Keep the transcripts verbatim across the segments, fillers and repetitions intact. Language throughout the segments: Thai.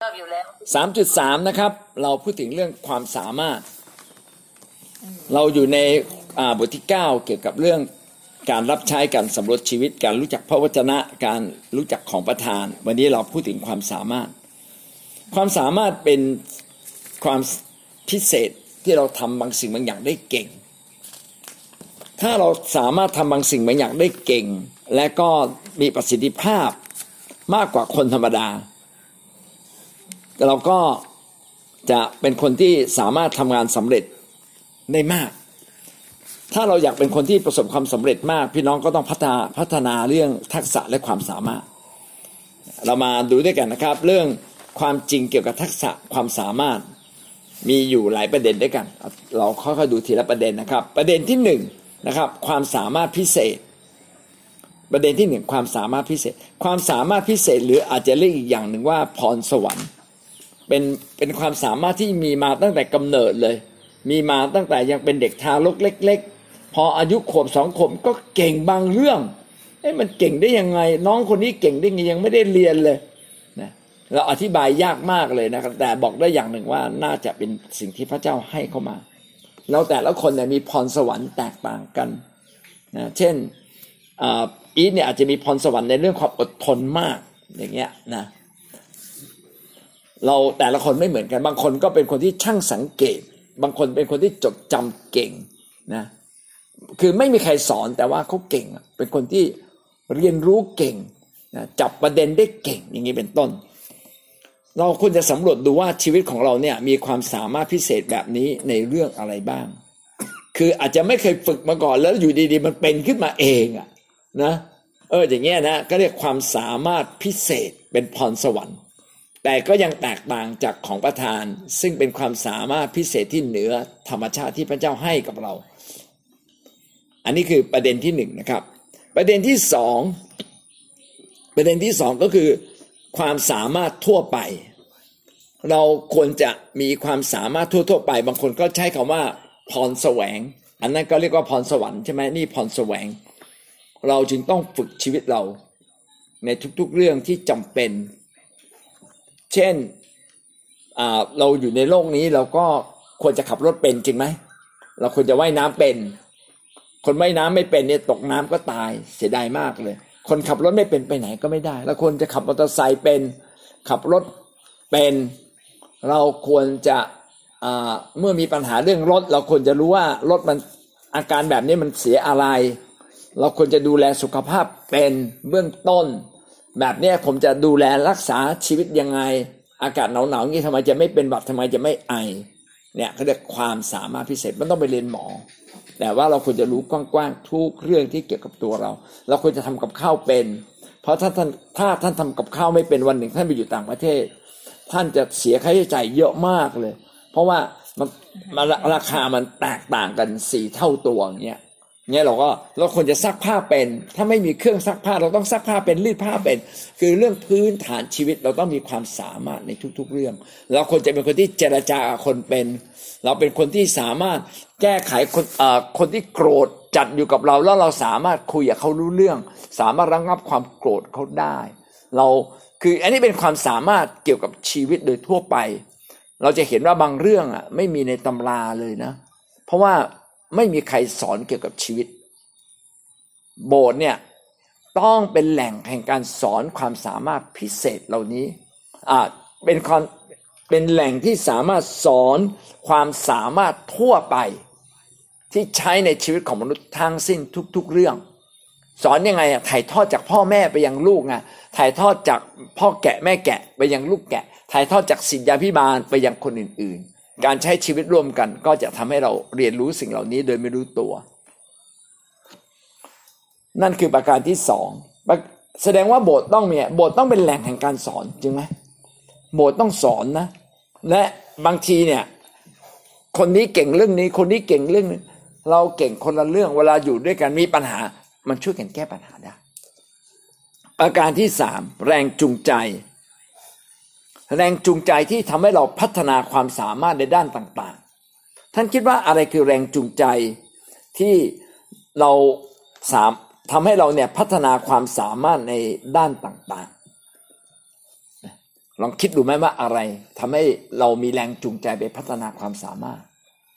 อยู่แล้วสามจุดสาม นะครับเราพูดถึงเรื่องความสามารถเราอยู่ในบทที่เก้าเกี่ยวกับเรื่องการรับใช้การสำรวจชีวิตการรู้จักพระวจนะการรู้จักของประทานวันนี้เราพูดถึงความสามารถความสามารถเป็นความพิเศษที่เราทำบางสิ่งบางอย่างได้เก่งถ้าเราสามารถทำบางสิ่งบางอย่างได้เก่งและก็มีประสิทธิภาพมากกว่าคนธรรมดาเราก็จะเป็นคนที่สามารถทำงานสำเร็จได้มากถ้าเราอยากเป็นคนที่ประสบความสำเร็จมากพี่น้องก็ต้องพัฒนาพัฒนาเรื่องทักษะและความสามารถเรามาดูด้วยกันนะครับเรื่องความจริงเกี่ยวกับทักษะความสามารถมีอยู่หลายประเด็นด้วยกันเราค่อยๆดูทีละประเด็นนะครับประเด็นที่หนึ่งนะครับความสามารถพิเศษประเด็นที่หนึ่งความสามารถพิเศษความสามารถพิเศษหรืออาจจะเรียกอีกอย่างหนึ่งว่าพรสวรรค์เป็นเป็นความสามารถที่มีมาตั้งแต่กำเนิดเลยมีมาตั้งแต่ยังเป็นเด็กทารกเล็กๆพออายุขวบสองขวบก็เก่งบางเรื่องเอ๊ะมันเก่งได้ยังไงน้องคนนี้เก่งได้ไงยังไม่ได้เรียนเลยนะเราอธิบายยากมากเลยนะครับแต่บอกได้อย่างหนึ่งว่าน่าจะเป็นสิ่งที่พระเจ้าให้เข้ามาแล้วแต่ละคนเนี่ยมีพรสวรรค์แตกต่างกันนะเช่นอีทเนี่ยอาจจะมีพรสวรรค์ในเรื่องความอดทนมากอย่างเงี้ยนะเราแต่ละคนไม่เหมือนกันบางคนก็เป็นคนที่ช่างสังเกตบางคนเป็นคนที่จดจำเก่งนะคือไม่มีใครสอนแต่ว่าเขาเก่งเป็นคนที่เรียนรู้เก่งนะจับประเด็นได้เก่งอย่างนี้เป็นต้นเราควรจะสำรวจดูว่าชีวิตของเราเนี่ยมีความสามารถพิเศษแบบนี้ในเรื่องอะไรบ้างคืออาจจะไม่เคยฝึกมาก่อนแล้วอยู่ดีๆมันเป็นขึ้นมาเองอะนะเอออย่างเงี้ยนะก็เรียกความสามารถพิเศษเป็นพรสวรรค์แต่ก็ยังแตกต่างจากของประทานซึ่งเป็นความสามารถพิเศษที่เหนือธรรมชาติที่พระเจ้าให้กับเราอันนี้คือประเด็นที่หนึ่งนะครับประเด็นที่สองประเด็นที่สองก็คือความสามารถทั่วไปเราควรจะมีความสามารถทั่วๆไปบางคนก็ใช้คำว่าพรแสวงอันนั้นก็เรียกว่าพรสวรรค์ใช่ไหมนี่พรแสวงเราจึงต้องฝึกชีวิตเราในทุกๆเรื่องที่จำเป็นเช่นเราอยู่ในโลกนี้เราก็ควรจะขับรถเป็นจริงไหมเราควรจะว่ายน้ำเป็นคนว่ายน้ำไม่เป็นเนี่ยตกน้ำก็ตายเสียดายมากเลยคนขับรถไม่เป็นไปไหนก็ไม่ได้แล้วคนจะขับมอเตอร์ไซค์เป็นขับรถเป็นเราควรจะเมื่อมีปัญหาเรื่องรถเราควรจะรู้ว่ารถมันอาการแบบนี้มันเสียอะไรเราควรจะดูแลสุขภาพเป็นเบื้องต้นแบบนี้ผมจะดูแลรักษาชีวิตยังไงอากาศหนาวๆงี้ทำไมจะไม่เป็นหวัดทำไมจะไม่ไอเนี่ยเขาเรียกความสามารถพิเศษมันต้องไปเรียนหมอแต่ว่าเราควรจะรู้กว้างๆทุกเรื่องที่เกี่ยวกับตัวเราเราควรจะทำกับข้าวเป็นเพราะถ้าท่านถ้าท่านทำกับข้าวไม่เป็นวันหนึ่งท่านไปอยู่ต่างประเทศท่านจะเสียค่าใช้จ่ายเยอะมากเลยเพราะว่ามันราคามันแตกต่างกันสี่เท่าตัวอย่างเงี้ยเนี่ยเราก็เราควรจะซักผ้าเป็นถ้าไม่มีเครื่องซักผ้าเราต้องซักผ้าเป็นรีดผ้าเป็นคือเรื่องพื้นฐานชีวิตเราต้องมีความสามารถในทุกๆเรื่องเราควรจะเป็นคนที่เจรจากับคนเป็นเราเป็นคนที่สามารถแก้ไขคนเอ่อคนที่โกรธจัดอยู่กับเราแล้วเราสามารถคุยกับเขารู้เรื่องสามารถระงับความโกรธเขาได้เราคืออันนี้เป็นความสามารถเกี่ยวกับชีวิตโดยทั่วไปเราจะเห็นว่าบางเรื่องอ่ะไม่มีในตำราเลยนะเพราะว่าไม่มีใครสอนเกี่ยวกับชีวิตโบสถ์เนี่ยต้องเป็นแหล่งแห่งการสอนความสามารถพิเศษเหล่านี้อ่าเป็นความเป็นแหล่งที่สามารถสอนความสามารถทั่วไปที่ใช้ในชีวิตของมนุษย์ทั้งสิ้นทุกๆเรื่องสอนยังไงอ่ะถ่ายทอดจากพ่อแม่ไปยังลูกไงถ่ายทอดจากพ่อแกะแม่แกะไปยังลูกแกะถ่ายทอดจากศิษยาภิบาลไปยังคนอื่นๆการใช้ชีวิตร่วมกันก็จะทำให้เราเรียนรู้สิ่งเหล่านี้โดยไม่รู้ตัวนั่นคือประการที่สองแสดงว่าโบสถ์ต้องมีโบสถ์ต้องเป็นแหล่งแห่งการสอนจริงไหมโบสถ์ต้องสอนนะและบางทีเนี่ยคนนี้เก่งเรื่องนี้คนนี้เก่งเรื่องนี้เราเก่งคนละเรื่องเวลาอยู่ด้วยกันมีปัญหามันช่วยกันแก้ปัญหาได้ประการที่สามแรงจูงใจแรงจูงใจที่ทำให้เราพัฒนาความสามารถในด้านต่างๆท่านคิดว่าอะไรคือแรงจูงใจที่เราสามทำให้เราเนี่ยพัฒนาความสามารถในด้านต่างๆลองคิดดูไหมว่าอะไรทำให้เรามีแรงจูงใจไปพัฒนาความสามารถ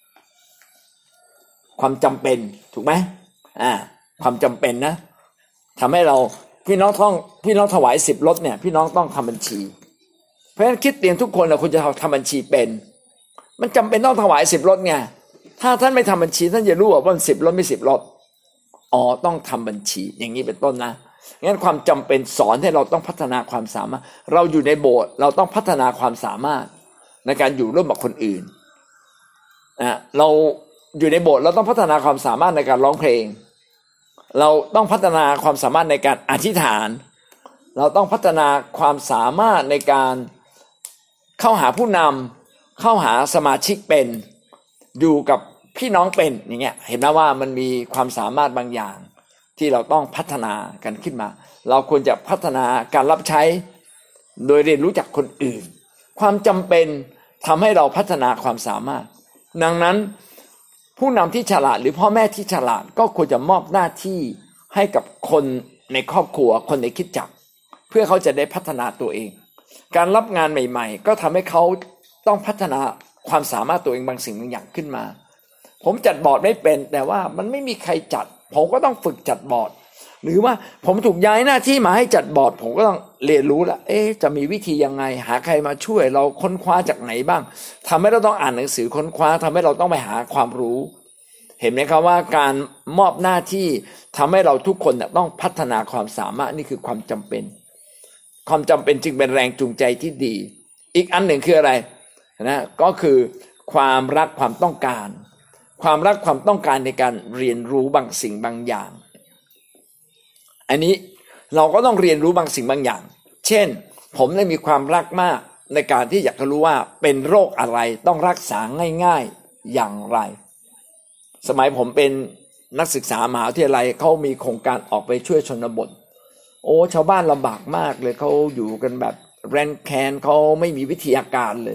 ความจำเป็นถูกไหมอ่าความจำเป็นนะทำให้เราพี่น้องต้องพี่น้องถวายสิบรถเนี่ยพี่น้องต้องทำบัญชีเพราะฉะนั้นคริสเตียนทุกคนเราควรจะทำบัญชีเป็นมันจำเป็นต้องถวายสิบรถไงถ้าท่านไม่ทำบัญชีท่านจะรู้ว่ามันสิบรถไม่สิบรถอ๋อต้องทำบัญชีอย่างนี้เป็นต้นนะงั้นความจำเป็นสอนให้เราต้องพัฒนาความสามารถเราอยู่ในโบสถ์เราต้องพัฒนาความสามารถในการอยู่ร่วมกับคนอื่นนะเราอยู่ในโบสถ์เราต้องพัฒนาความสามารถในการร้องเพลงเราต้องพัฒนาความสามารถในการอธิษฐานเราต้องพัฒนาความสามารถในการเข้าหาผู้นำเข้าหาสมาชิกเป็นอยู่กับพี่น้องเป็นอย่างเงี้ยเห็นไหมว่ามันมีความสามารถบางอย่างที่เราต้องพัฒนากันขึ้นมาเราควรจะพัฒนาการรับใช้โดยเรียนรู้จากคนอื่นความจำเป็นทำให้เราพัฒนาความสามารถดังนั้นผู้นำที่ฉลาดหรือพ่อแม่ที่ฉลาดก็ควรจะมอบหน้าที่ให้กับคนในครอบครัวคนในคริสตจักรเพื่อเขาจะได้พัฒนาตัวเองการรับงานใหม่ๆก็ทำให้เขาต้องพัฒนาความสามารถตัวเองบางสิ่งบางอย่างขึ้นมาผมจัดบอร์ดไม่เป็นแต่ว่ามันไม่มีใครจัดผมก็ต้องฝึกจัดบอร์ดหรือว่าผมถูกย้ายหน้าที่มาให้จัดบอร์ดผมก็ต้องเรียนรู้ละเอ๊ะจะมีวิธียังไงหาใครมาช่วยเราค้นคว้าจากไหนบ้างทำให้เราต้องอ่านหนังสือค้นคว้าทำให้เราต้องไปหาความรู้เห็นไหมครับว่าการมอบหน้าที่ทำให้เราทุกคนต้องพัฒนาความสามารถนี่คือความจำเป็นความจำเป็นจึงเป็นแรงจูงใจที่ดีอีกอันหนึ่งคืออะไรนะก็คือความรักความต้องการความรักความต้องการในการเรียนรู้บางสิ่งบางอย่างอันนี้เราก็ต้องเรียนรู้บางสิ่งบางอย่างเช่นผมได้มีความรักมากในการที่อยากจะรู้ว่าเป็นโรคอะไรต้องรักษาง่ายๆอย่างไรสมัยผมเป็นนักศึกษามหาวิทยาลัยเขามีโครงการออกไปช่วยชนบทโอ้ชาวบ้านลำบากมากเลยเขาอยู่กันแบบแรนแคนเขาไม่มีวิทยาการเลย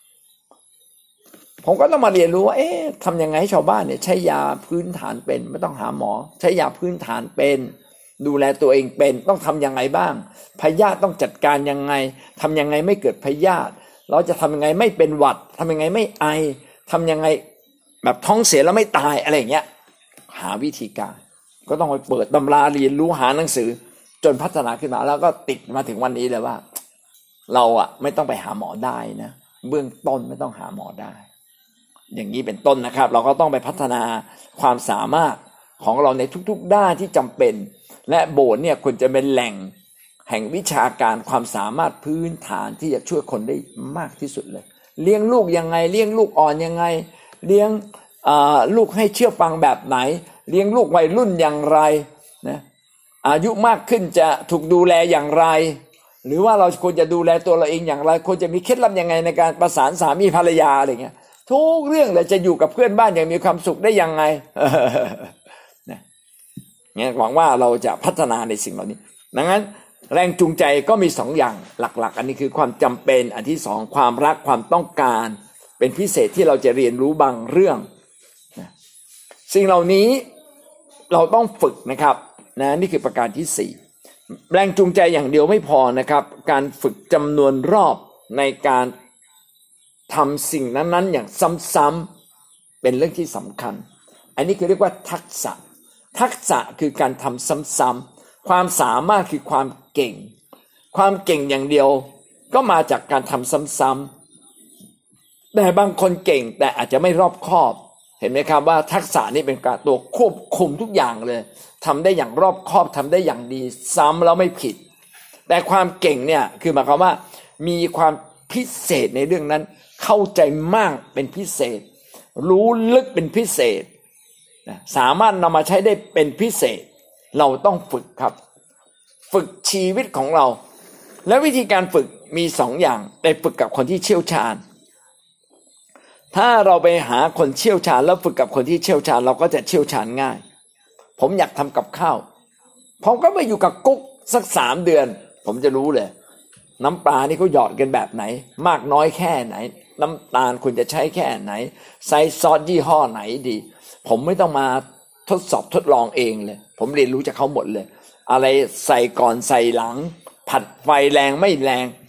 ผมก็ต้องมาเรียนรู้ว่าเอ๊ะทำยังไงให้ชาวบ้านเนี่ยใช้ยาพื้นฐานเป็นไม่ต้องหาหมอใช้ยาพื้นฐานเป็นดูแลตัวเองเป็นต้องทำยังไงบ้างพยาธิต้องจัดการยังไงทำยังไงไม่เกิดพยาธิเราจะทำยังไงไม่เป็นหวัดทำยังไงไม่ไอทำยังไงแบบท้องเสียแล้วไม่ตายอะไรอย่างเงี้ยหาวิธีการก็ต้องไปเปิดตำราเรียนรู้หาหนังสือจนพัฒนาขึ้นมาแล้วก็ติดมาถึงวันนี้เลยว่าเราอะไม่ต้องไปหาหมอได้นะเบื้องต้นไม่ต้องหาหมอได้อย่างนี้เป็นต้นนะครับเราก็ต้องไปพัฒนาความสามารถของเราในทุกๆด้านที่จำเป็นและโบสถ์เนี่ยควรจะเป็นแหล่งแห่งวิชาการความสามารถพื้นฐานที่จะช่วยคนได้มากที่สุดเลยเลี้ยงลูกยังไงเลี้ยงลูกอ่อนยังไงเลี้ยงลูกให้เชื่อฟังแบบไหนเลี้ยงลูกวัยรุ่นอย่างไรนะอายุมากขึ้นจะถูกดูแลอย่างไรหรือว่าเราควรจะดูแลตัวเราเองอย่างไรควรจะมีเคล็ดลับยังไงในการประสานสามีภรรยาอะไรเงี้ยทุกเรื่องเลยจะอยู่กับเพื่อนบ้านอย่างมีความสุขได้ยังไงนะเนี่ยหวังว่าเราจะพัฒนาในสิ่งเหล่านี้ดังนั้นแรงจูงใจก็มีสองอย่างหลักๆอันนี้คือความจำเป็นอันที่สองความรักความต้องการเป็นพิเศษที่เราจะเรียนรู้บางเรื่องนะสิ่งเหล่านี้เราต้องฝึกนะครับนะนี่คือประการที่สี่แรงจูงใจอย่างเดียวไม่พอนะครับการฝึกจำนวนรอบในการทำสิ่งนั้นๆอย่างซ้ำๆเป็นเรื่องที่สำคัญอันนี้คือเรียกว่าทักษะทักษะคือการทำซ้ำๆความสามารถคือความเก่งความเก่งอย่างเดียวก็มาจากการทำซ้ำๆแต่บางคนเก่งแต่อาจจะไม่รอบคอบเห็นไหมครับว่าทักษะนี้เป็นการตัวควบคุมทุกอย่างเลยทำได้อย่างรอบคอบทำได้อย่างดีซ้ำแล้วไม่ผิดแต่ความเก่งเนี่ยคือหมายความว่ามีความพิเศษในเรื่องนั้นเข้าใจมากเป็นพิเศษรู้ลึกเป็นพิเศษสามารถนำมาใช้ได้เป็นพิเศษเราต้องฝึกครับฝึกชีวิตของเราและวิธีการฝึกมีสองอย่างไปฝึกกับคนที่เชี่ยวชาญถ้าเราไปหาคนเชี่ยวชาญแล้วฝึกกับคนที่เชี่ยวชาญเราก็จะเชี่ยวชาญง่ายผมอยากทำกับข้าวผมก็ไปอยู่กับกุ๊กสักสามเดือนผมจะรู้เลยน้ำปลานี่เขาหยอดกันแบบไหนมากน้อยแค่ไหนน้ำตาลคุณจะใช้แค่ไหนใส่ซอสยี่ห้อไหนดีผมไม่ต้องมาทดสอบทดลองเองเลยผมเรียนรู้จากเขาหมดเลยอะไรใส่ก่อนใส่หลังผัดไฟแรงไม่แรง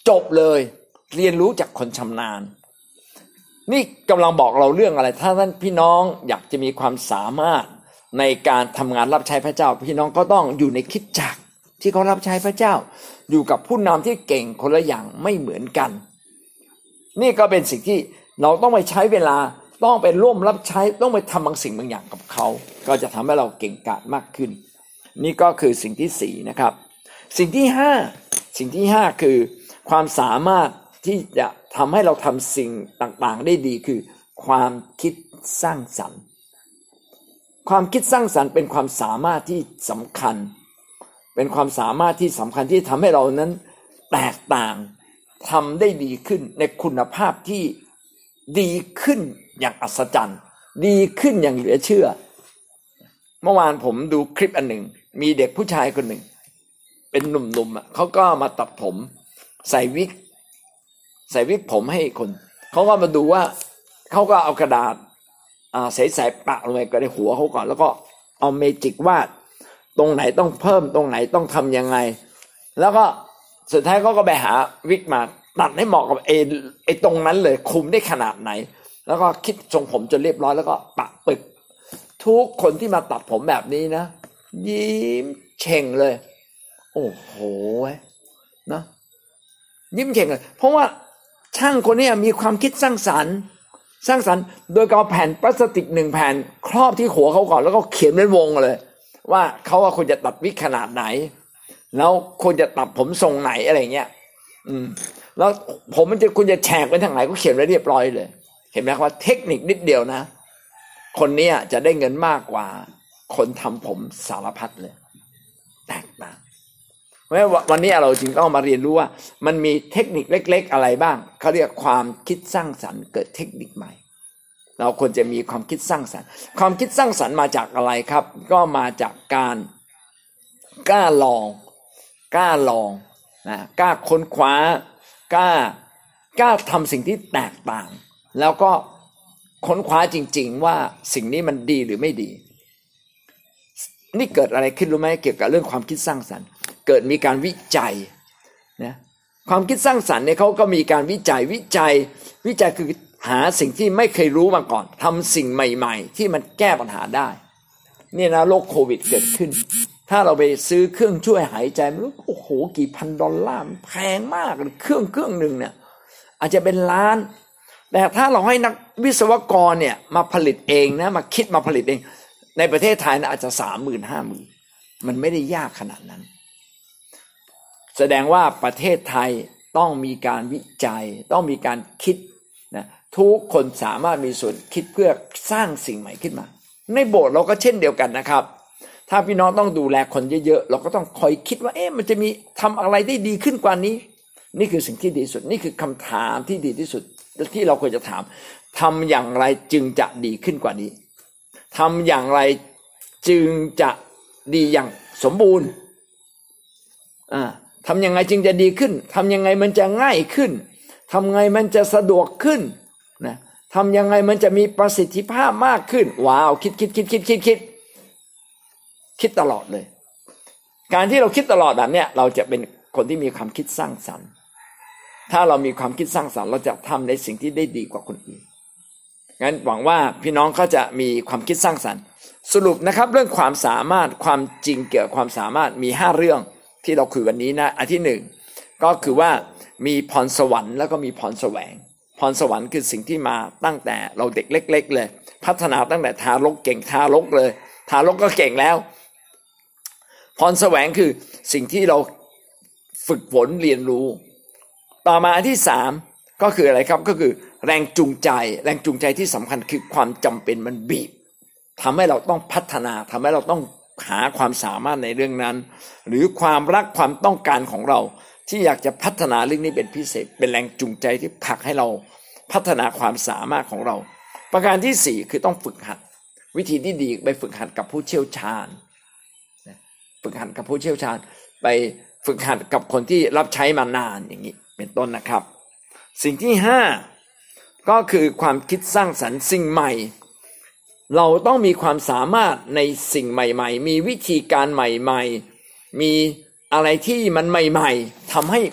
จบเลยเรียนรู้จากคนชำนาญนี่กำลังบอกเราเรื่องอะไรถ้าท่านพี่น้องอยากจะมีความสามารถในการทำงานรับใช้พระเจ้าพี่น้องก็ต้องอยู่ในคริสตจักรที่เขารับใช้พระเจ้าอยู่กับผู้นำที่เก่งคนละอย่างไม่เหมือนกันนี่ก็เป็นสิ่งที่เราต้องไปใช้เวลาต้องไปร่วมรับใช้ต้องไปทำบางสิ่งบางอย่างกับเขาก็จะทำให้เราเก่งกาจมากขึ้นนี่ก็คือสิ่งที่สี่นะครับสิ่งที่ห้าสิ่งที่ห้าคือความสามารถที่จะทำให้เราทำสิ่งต่างๆได้ดีคือความคิดสร้างสรรค์ความคิดสร้างสรรค์เป็นความสามารถที่สำคัญเป็นความสามารถที่สำคัญที่ทำให้เรานั้นแตกต่างทำได้ดีขึ้นในคุณภาพที่ดีขึ้นอย่างอัศจรรย์ดีขึ้นอย่างเหลือเชื่อเมื่อวานผมดูคลิปอันหนึ่งมีเด็กผู้ชายคนหนึ่งเป็นหนุ่มๆอ่ะเขาก็มาตัดผมใส่วิกใส่วิกผมให้คนเขาก็มาดูว่าเขาก็เอากระดาษอ่าใสๆปะลงไปก็ได้หัวเขาก่อนแล้วก็เอาเมจิกวาดตรงไหนต้องเพิ่มตรงไหนต้องทำยังไงแล้วก็สุดท้ายเขาก็ไปหาวิกมาตัดให้เหมาะกับไอ้ไอ้ตรงนั้นเลยคุมได้ขนาดไหนแล้วก็คิดทรงผมจนเรียบร้อยแล้วก็ปะปึกทุกคนที่มาตัดผมแบบนี้นะยิ้มเฉ่งเลยโอ้โหนะยิ้มเฉ่งเลยเพราะว่าช่างคนนี้มีความคิดสร้างสรรค์สร้างสรรค์โดยเอาแผ่นพลาสติกหนึ่งแผ่นครอบที่หัวเขาก่อนแล้วก็เขียนเป็นวงเลยว่าเขาว่าควรจะตัดวิกขนาดไหนแล้วควรจะตัดผมทรงไหนอะไรเงี้ยอืมแล้วผมมันจะคุณจะแฉกไปทางไหนก็เขียนไว้เรียบร้อยเลยเห็นไหมว่าเทคนิคนิดเดียวนะคนนี้จะได้เงินมากกว่าคนทำผมสารพัดเลยแตกต่างเพราะฉะนั้นวันนี้เราจึงต้องมาเรียนรู้ว่ามันมีเทคนิคเล็กๆอะไรบ้างเขาเรียกความคิดสร้างสรรค์เกิดเทคนิคใหม่เราควรจะมีความคิดสร้างสรรค์ความคิดสร้างสรรค์มาจากอะไรครับก็มาจากการกล้าลองกล้าลองนะกล้าค้นคว้ากล้ากล้าทำสิ่งที่แตกต่างแล้วก็ค้นคว้าจริงๆว่าสิ่งนี้มันดีหรือไม่ดีนี่เกิดอะไรขึ้นรู้ไหมเกี่ยวกับเรื่องความคิดสร้างสรรค์เกิดมีการวิจัยนะความคิดสร้างสรรค์เนี่ยเขาก็มีการวิจัยวิจัยวิจัยคือหาสิ่งที่ไม่เคยรู้มาก่อนทำสิ่งใหม่ๆที่มันแก้ปัญหาได้นี่นะโรคโควิดเกิดขึ้นถ้าเราไปซื้อเครื่องช่วยหายใจไม่รู้โอ้โหกี่พันดอลลาร์แพงมากเลยเครื่องเครื่องหนึ่งเนี่ยอาจจะเป็นล้านแต่ถ้าเราให้นักวิศวกรเนี่ยมาผลิตเองนะมาคิดมาผลิตเองในประเทศไทยนะอาจจะสามหมื่นห้าหมื่นมันไม่ได้ยากขนาดนั้นแสดงว่าประเทศไทยต้องมีการวิจัยต้องมีการคิดนะทุกคนสามารถมีส่วนคิดเพื่อสร้างสิ่งใหม่ขึ้นมาในโบสถ์เราก็เช่นเดียวกันนะครับถ้าพี่น้องต้องดูแลคนเยอะๆเราก็ต้องคอยคิดว่าเอ๊ะมันจะมีทำอะไรได้ดีขึ้นกว่านี้นี่คือสิ่งที่ดีสุดนี่คือคำถามที่ดีที่สุดที่เราควรจะถามทำอย่างไรจึงจะดีขึ้นกว่านี้ทำอย่างไรจึงจะดีอย่างสมบูรณ์อ่าทำยังไงจึงจะดีขึ้นทำยังไงมันจะง่ายขึ้นทำไงมันจะสะดวกขึ้นนะทำยังไงมันจะมีประสิทธิภาพมากขึ้นว้าวคิดคิดคิดคิดคิดคิดคิดตลอดเลยการที่เราคิดตลอดแบบเนี้ยเราจะเป็นคนที่มีความคิดสร้างสรรค์ถ้าเรามีความคิดสร้างสรรค์เราจะทำในสิ่งที่ได้ดีกว่าคนอื่นงั้นหวังว่าพี่น้องก็จะมีความคิดสร้างสรรค์สรุปนะครับเรื่องความสามารถความจริงเกี่ยวกับความสามารถมีห้าเรื่องที่เราคุยวันนี้นะอันที่หนึ่งก็คือว่ามีพรสวรรค์แล้วก็มีพรแสวงพรสวรรค์คือสิ่งที่มาตั้งแต่เราเด็กเล็กๆเลยพัฒนาตั้งแต่ทารกเก่งทารกเลยทารกก็เก่งแล้วพรแสวงคือสิ่งที่เราฝึกฝนเรียนรู้ต่อมาอันที่สามก็คืออะไรครับก็คือแรงจูงใจแรงจูงใจที่สำคัญคือความจำเป็นมันบีบทำให้เราต้องพัฒนาทำให้เราต้องหาความสามารถในเรื่องนั้นหรือความรักความต้องการของเราที่อยากจะพัฒนาเรื่องนี้เป็นพิเศษเป็นแรงจูงใจที่ผลักให้เราพัฒนาความสามารถของเราประการที่สี่คือต้องฝึกหัดวิธีที่ดีไปฝึกหัดกับผู้เชี่ยวชาญฝึกหัดกับผู้เชี่ยวชาญไปฝึกหัดกับคนที่รับใช้มานานอย่างนี้เป็นต้นนะครับสิ่งที่ห้าก็คือความคิดสร้างสรรค์สิ่งใหม่เราต้องมีความสามารถในสิ่งใหม่ๆมีวิธีการใหม่ๆมีอะไรที่มันใหม่ๆทำให้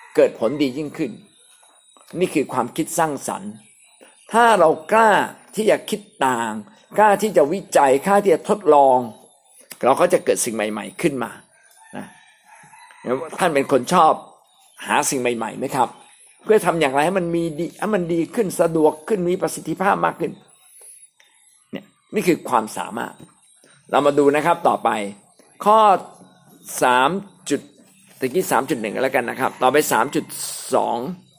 เกิดผลดียิ่งขึ้นนี่คือความคิดสร้างสรรค์ถ้าเรากล้าที่จะคิดต่างกล้าที่จะวิจัยกล้าที่จะทดลองเราก็จะเกิดสิ่งใหม่ๆขึ้นมานะท่านเป็นคนชอบหาสิ่งใหม่ๆไหมครับเพื่อทำอย่างไรให้มันมีดีให้มันดีขึ้นสะดวกขึ้นมีประสิทธิภาพมากขึ้นเนี่ยนี่คือความสามารถเรามาดูนะครับต่อไปข้อสามจุดตะกี้ สามจุดหนึ่ง แล้วกันนะครับต่อไป สามจุดสอง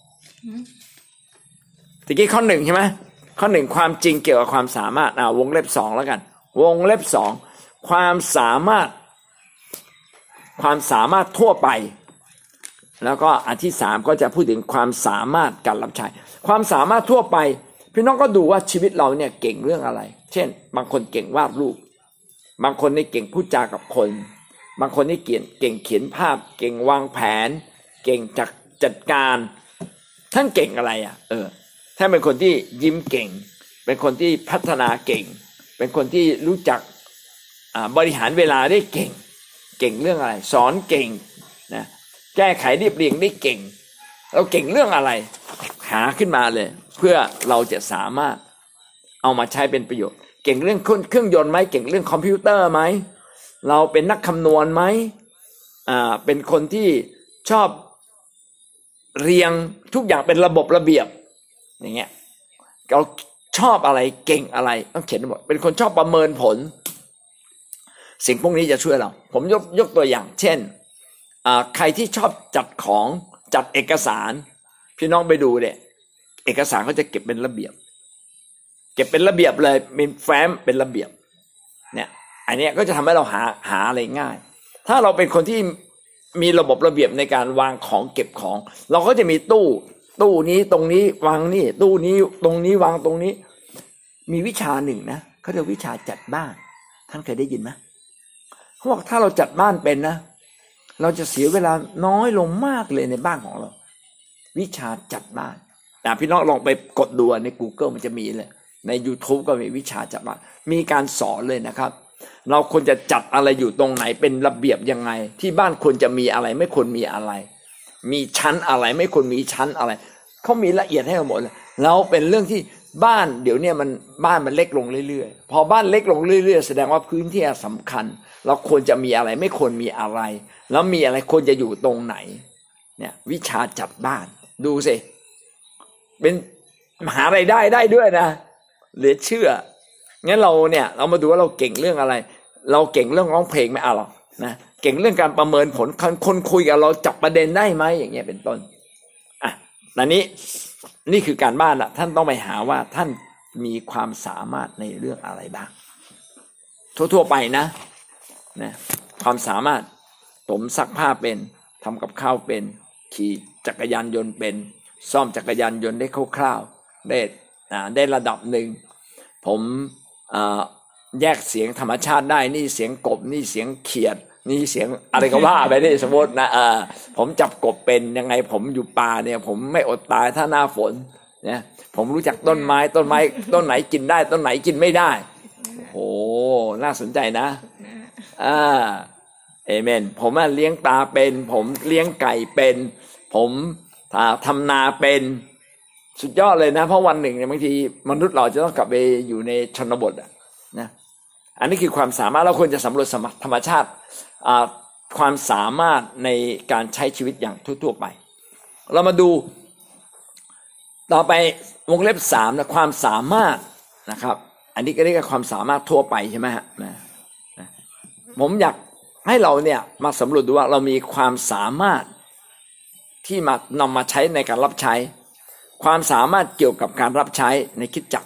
ตะกี้ข้อหนึ่งใช่ไหมข้อหนึ่งความจริงเกี่ยวกับความสามารถอ่าวงเล็บสองแล้วกันวงเล็บสองความสามารถความสามารถทั่วไปแล้วก็อันที่สามก็จะพูดถึงความสามารถการรับใช้ความสามารถทั่วไปพี่น้องก็ดูว่าชีวิตเราเนี่ยเก่งเรื่องอะไรเช่นบางคนเก่งวาดรูปบางคนนี่เก่งพูดจากับคนบางคนนี่เก่งเก่งเขียนภาพเก่งวางแผนเก่งจัดจัดการท่านเก่งอะไรอ่ะเออท่านเป็นคนที่ยิ้มเก่งเป็นคนที่พัฒนาเก่งเป็นคนที่รู้จักบริหารเวลาได้เก่งเก่งเรื่องอะไรสอนเก่งนะแก้ไขเรียบเรียงได้เก่งเราเก่งเรื่องอะไรหาขึ้นมาเลยเพื่อเราจะสามารถเอามาใช้เป็นประโยชน์เก่งเรื่องเครื่องยนต์ไหมเก่งเรื่องคอมพิวเตอร์ไหมเราเป็นนักคำนวณไหมอ่าเป็นคนที่ชอบเรียงทุกอย่างเป็นระบบระเบียบอย่างเงี้ยเราชอบอะไรเก่งอะไรต้องเขียนหมดเป็นคนชอบประเมินผลสิ่งพวกนี้จะช่วยเราผมยกยกตัวอย่างเช่นอ่าใครที่ชอบจัดของจัดเอกสารพี่น้องไปดูเนี่ยเอกสารเขาจะเก็บเป็นระเบียบเก็บเป็นระเบียบเลยเป็นแฟ้มเป็นระเบียบเนี่ยอันนี้ก็จะทำให้เราหาหาอะไรง่ายถ้าเราเป็นคนที่มีระบบระเบียบในการวางของเก็บของเราก็จะมีตู้ตู้นี้ตรงนี้วางนี่ตู้นี้ตรงนี้วางตรงนี้มีวิชาหนึ่งนะเขาเรียกวิชาจัดบ้านท่านเคยได้ยินไหมเขาบอกถ้าเราจัดบ้านเป็นนะเราจะเสียเวลาน้อยลงมากเลยในบ้านของเราวิชาจัดบ้านแต่พี่น้องลองไปกดดูใน Google มันจะมีเลยใน YouTube ก็มีวิชาจัดบ้านมีการสอนเลยนะครับเราควรจะจัดอะไรอยู่ตรงไหนเป็นระเบียบยังไงที่บ้านควรจะมีอะไรไม่ควรมีอะไรมีชั้นอะไรไม่ควรมีชั้นอะไรเขามีละเอียดให้เราหมดเลยแล้วเป็นเรื่องที่บ้านเดี๋ยวนี้มันบ้านมันเล็กลงเรื่อยๆพอบ้านเล็กลงเรื่อยๆแสดงว่าพื้นที่สำคัญเราควรจะมีอะไรไม่ควรมีอะไรแล้วมีอะไรควรจะอยู่ตรงไหนเนี่ยวิชาจัดบ้านดูสิเป็นหารายได้ได้ด้วยนะเหลือเชื่องั้นเราเนี่ยเรามาดูว่าเราเก่งเรื่องอะไรเราเก่งเรื่องร้องเพลงไม่เอาหรอกนะเก่งเรื่องการประเมินผลคนคุยกับเราจับประเด็นได้ไหมอย่างเงี้ยเป็นต้นอ่ะตอนนี้นี่คือการบ้านละท่านต้องไปหาว่าท่านมีความสามารถในเรื่องอะไรบ้างทั่วๆไปนะนะความสามารถผมซักผ้าเป็นทำกับข้าวเป็นขี่จักรยานยนต์เป็นซ่อมจักรยานยนต์ได้คร่าวๆได้อ่าได้ระดับหนึ่งผมอ่าแยกเสียงธรรมชาติได้นี่เสียงกบนี่เสียงเขียดนี่เสียงอะไรก็ว่าไปนี่สมมตินะเออผมจับกบเป็นยังไงผมอยู่ป่าเนี่ยผมไม่อดตายถ้าหน้าฝนเนี่ยผมรู้จักต้นไม้ต้นไม้ต้นไหนกินได้ต้นไหนกินไม่ได้โอ้น่าสนใจนะอ่าเอเมนผมเลี้ยงปลาเป็นผมเลี้ยงไก่เป็นผมทำนาเป็นสุดยอดเลยนะเพราะวันหนึ่งเนี่ยบางทีมนุษย์เราจะต้องกลับไปอยู่ในชนบทอ่ะนะอันนี้คือความสามารถเราควรจะสำรวจธรรมชาติความสามารถในการใช้ชีวิตอย่างทั่วๆไปเรามาดูต่อไปวงเล็บสามนะความสามารถนะครับอันนี้ก็เรียกว่าความสามารถทั่วไปใช่ไหมฮะนะผมอยากให้เราเนี่ยมาสำรวจดูว่าเรามีความสามารถที่มานำมาใช้ในการรับใช้ความสามารถเกี่ยวกับการรับใช้ในคริสตจักร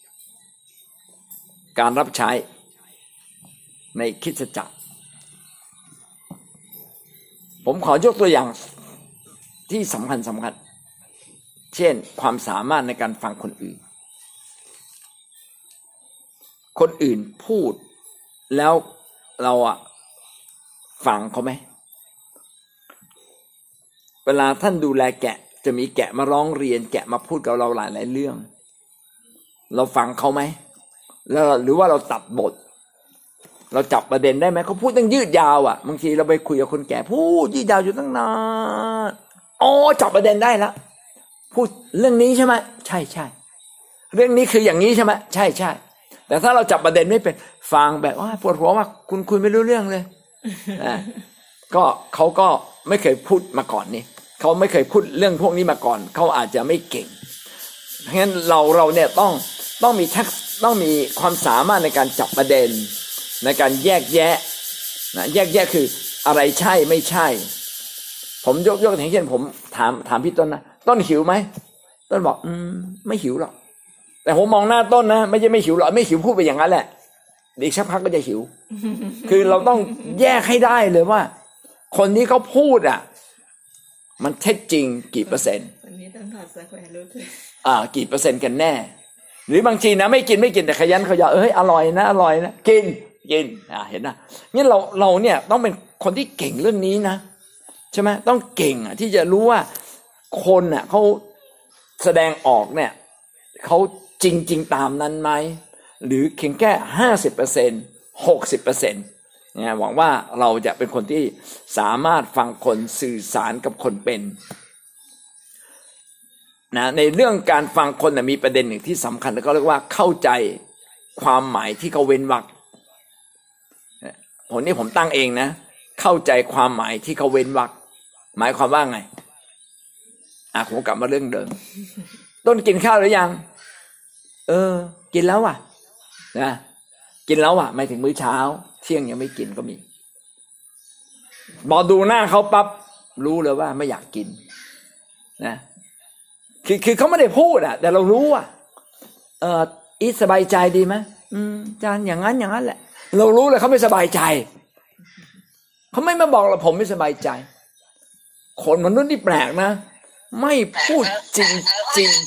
การรับใช้ในคริสตจักรผมขอยกตัวอย่างที่สำคัญสำคัญเช่นความสามารถในการฟังคนอื่นคนอื่นพูดแล้วเราอะฟังเขาไหมเวลาท่านดูแลแกะจะมีแกะมาร้องเรียนแกะมาพูดกับเราหลายหลายเรื่องเราฟังเขาไหมแล้วหรือว่าเราตัดบทเราจับประเด็นได้ไหมเขาพูดตั้งยืดยาวอ่ะบางทีเราไปคุยกับคนแก่พูดยืดยาวอยู่ตั้งนานอ๋อจับประเด็นได้แล้วพูดเรื่องนี้ใช่ไหมใช่ใช่เรื่องนี้คืออย่างนี้ใช่ไหมใช่ใช่แต่ถ้าเราจับประเด็นไม่เป็นฟังแบบว่าปวดหัวว่าคุณคุยไม่รู้เรื่องเลยอ่าก็เขาก็ไม่เคยพูดมาก่อนนี่เขาไม่เคยพูดเรื่องพวกนี้มาก่อนเขาอาจจะไม่เก่งเพราะฉะนั้นเราเราเนี่ยต้องต้องมีทักต้องมีความสามารถในการจับประเด็นในการแยกแยะนะแยกแยะคืออะไรใช่ไม่ใช่ผมยกยกอย่างเช่นผมถามถามพี่ต้นนะต้นหิวไหมต้นบอกอืมไม่หิวหรอกแต่ผมมองหน้าต้นนะไม่ใช่ไม่หิวหรอกไม่หิวพูดไปอย่างนั้นแหละอีกสักพักก็จะหิว คือเราต้องแยกให้ได้เลยว่าคนที่เขาพูดอ่ะมันเท็จจริงกี่เปอร์เซ็นต์วันนี้ต้องถอดสแควร์รูทเลยอ่ากี่เปอร์เซ็นต์กันแน่หรือบางทีนะไม่กินไม่กินแต่ขยันขยอเอ้ยอร่อยนะอร่อยนะกินกินอ่าเห็นนะนี่เราเราเนี่ยต้องเป็นคนที่เก่งเรื่องนี้นะใช่ไหมต้องเก่งอ่ะที่จะรู้ว่าคนอ่ะเขาแสดงออกเนี่ยเขาจริงจริงตามนั้นไหมหรือเพียงแค่ห้าสิบเปอร์เซ็นต์หกสิบเปอร์เซ็นต์เนี่ยหวังว่าเราจะเป็นคนที่สามารถฟังคนสื่อสารกับคนเป็นนะในเรื่องการฟังคนนะมีประเด็นหนึ่งที่สำคัญแล้วก็เรียกว่าเข้าใจความหมายที่เขาเว้นวรรคผลนี้ผมตั้งเองนะเข้าใจความหมายที่เขาเว้นวรรคหมายความว่าไงอ่ะผมกลับมาเรื่องเดิมต้นกินข้าวหรือยังเออกินแล้วว่ะนะกินแล้วว่ะหมายถึงมื้อเช้าเที่ยงยังไม่กินก็มีพอดูหน้าเขาปั๊บรู้เลยว่าไม่อยากกินนะคือคือเขาไม่ได้พูดอ่ะแต่เรารู้อ่ะเอออีสบายใจดีไหมอืมจานอย่างนั้นอย่างนั้นแหละเรารู้เลยเขาไม่สบายใจเขาไม่มาบอกเราผมไม่สบายใจคนมนุษย์นี่แปลกนะไม่พูดจริงจริง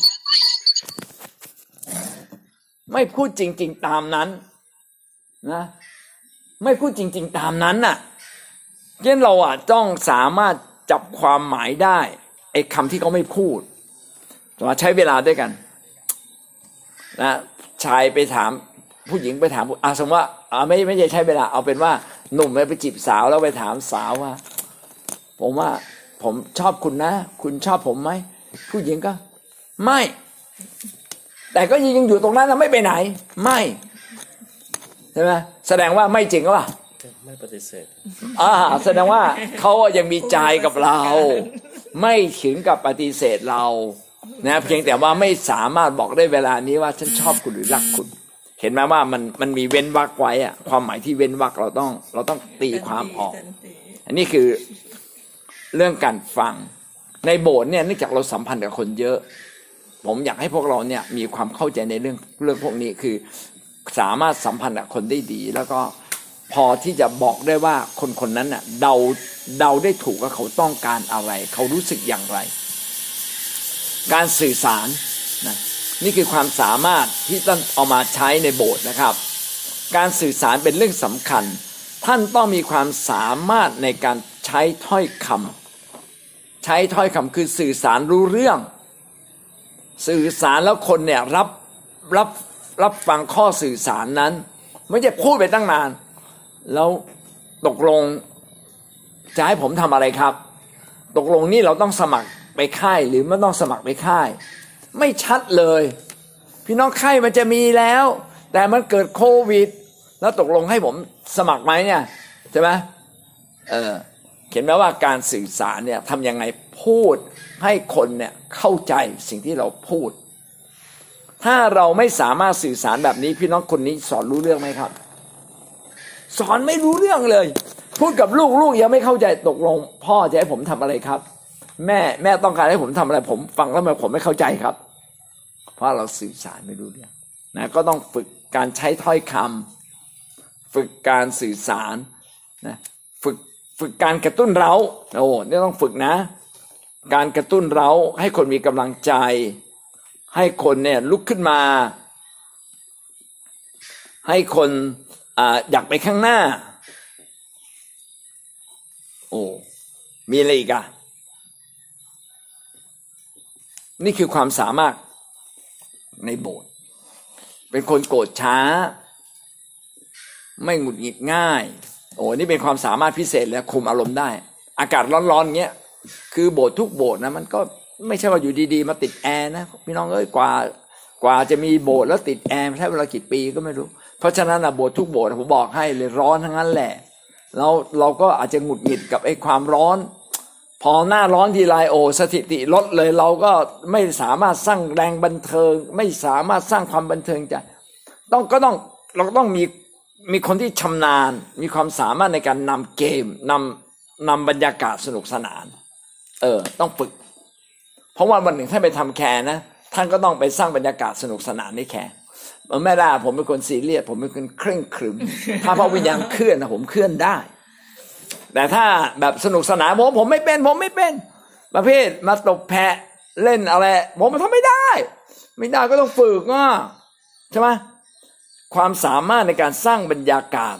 ไม่พูดจริงๆตามนั้นนะไม่พูดจริงๆตามนั้นน่ะเช่นเราอ่ะต้องสามารถจับความหมายได้ไอ้คำที่เขาไม่พูดมาใช้เวลาด้วยกันนะชายไปถามผู้หญิงไปถามอ่ะสมมติว่าอ่าไม่ไม่ใช่ใช้เวลาเอาเป็นว่าหนุ่มไปจีบสาวแล้วไปถามสาวว่าผมว่าผมชอบคุณนะคุณชอบผมไหมผู้หญิงก็ไม่แต่ก็ยังอยู่ตรงนั้นนะไม่ไปไหนไม่ใช่ไหมแสดงว่าไม่จริงหรือเปล่าไม่ปฏิเสธอ่าแสดงว่าเขายังมีใจกับเราไม่ถึงกับปฏิเสธเรานะเพียงแต่ว่าไม่สามารถบอกได้เวลานี้ว่าฉันชอบคุณหรือรักคุณเห็นไหมว่ามันมันมีเว้นวรรคไว้อะความหมายที่เว้นวรรคเราต้องเราต้องตีความออกอันนี้คือเรื่องการฟังในโบสถ์เนี่ยเนื่องจากเราสัมพันธ์กับคนเยอะผมอยากให้พวกเราเนี่ยมีความเข้าใจในเรื่องเรื่องพวกนี้คือสามารถสัมพันธ์กับคนได้ดีแล้วก็พอที่จะบอกได้ว่าคนคนนั้นน่ะเดาเดาได้ถูกว่าเขาต้องการอะไรเขารู้สึกอย่างไรการสื่อสารนะนี่คือความสามารถที่ต้องเอามาใช้ในโบสถ์นะครับการสื่อสารเป็นเรื่องสำคัญท่านต้องมีความสามารถในการใช้ถ้อยคำใช้ถ้อยคำคือสื่อสารรู้เรื่องสื่อสารแล้วคนเนี่ยรับรับรับฟังข้อสื่อสารนั้นไม่ใช่พูดไปตั้งนานแล้วตกลงจะให้ผมทำอะไรครับตกลงนี่เราต้องสมัครไปค่ายหรือไม่ต้องสมัครไปค่ายไม่ชัดเลยพี่น้องค่ายมันจะมีแล้วแต่มันเกิดโควิดแล้วตกลงให้ผมสมัครไหมเนี่ยใช่ไหมเออเขียนไว้ว่าการสื่อสารเนี่ยทำยังไงพูดให้คนเนี่ยเข้าใจสิ่งที่เราพูดถ้าเราไม่สามารถสื่อสารแบบนี้พี่น้องคนนี้สอนรู้เรื่องไหมครับสอนไม่รู้เรื่องเลยพูดกับลูกลูกยังไม่เข้าใจตกลงพ่อจะให้ผมทำอะไรครับแม่แม่ต้องการให้ผมทำอะไรผมฟังแล้วมันผมไม่เข้าใจครับเพราะเราสื่อสารไม่รู้เรื่องนะก็ต้องฝึกการใช้ถ้อยคำฝึกการสื่อสารนะฝึกฝึกการกระตุ้นเร้าโอ้นี่ต้องฝึกนะการกระตุ้นเร้าให้คนมีกำลังใจให้คนเนี่ยลุกขึ้นมาให้คนอ่าอยากไปข้างหน้าโอ้มีอะไรอีกอ่ะนี่คือความสามารถในโบสถ์เป็นคนโกรธช้าไม่หงุดหงิดง่ายโอ้นี่เป็นความสามารถพิเศษแล้วคุมอารมณ์ได้อากาศร้อนๆเงี้ยคือโบสถ์ทุกโบสถ์นะมันก็ไม่ใช่ว่าอยู่ดีๆมาติดแอร์นะพี่น้องเอ้ยกว่ากว่าจะมีโบสถ์แล้วติดแอร์ใช้เวลากี่ปีก็ไม่รู้เพราะฉะนั้นนะโบสถ์ทุกโบสถ์ผมบอกให้เลยร้อนทั้งนั้นแหละเราเราก็อาจจะหงุดหงิดกับไอ้ความร้อนพอหน้าร้อนทีไรโอสถิติลดเลยเราก็ไม่สามารถสร้างแรงบันเทิงไม่สามารถสร้างความบันเทิงใจต้องก็ต้องเราก็ต้องมีมีคนที่ชำนาญมีความสามารถในการนำเกมนำนำบรรยากาศสนุกสนานเออต้องฝึกเพราะว่าวันหนึ่งท่านไปทำแคร์นะท่านก็ต้องไปสร้างบรรยากาศสนุกสนานในแคร์ไม่ได้ผมเป็นคนซีเรียสผมเป็นคนเคร่งครึมถ้าพระวิญญาณเคลื่อนนะผมเคลื่อนได้แต่ถ้าแบบสนุกสนานผมผมไม่เป็นผมไม่เป็นประเภทมาตบแพะเล่นอะไรผมมันทำไม่ได้ไม่ได้ก็ต้องฝึกอ่ะใช่ไหมความสามารถในการสร้างบรรยากาศ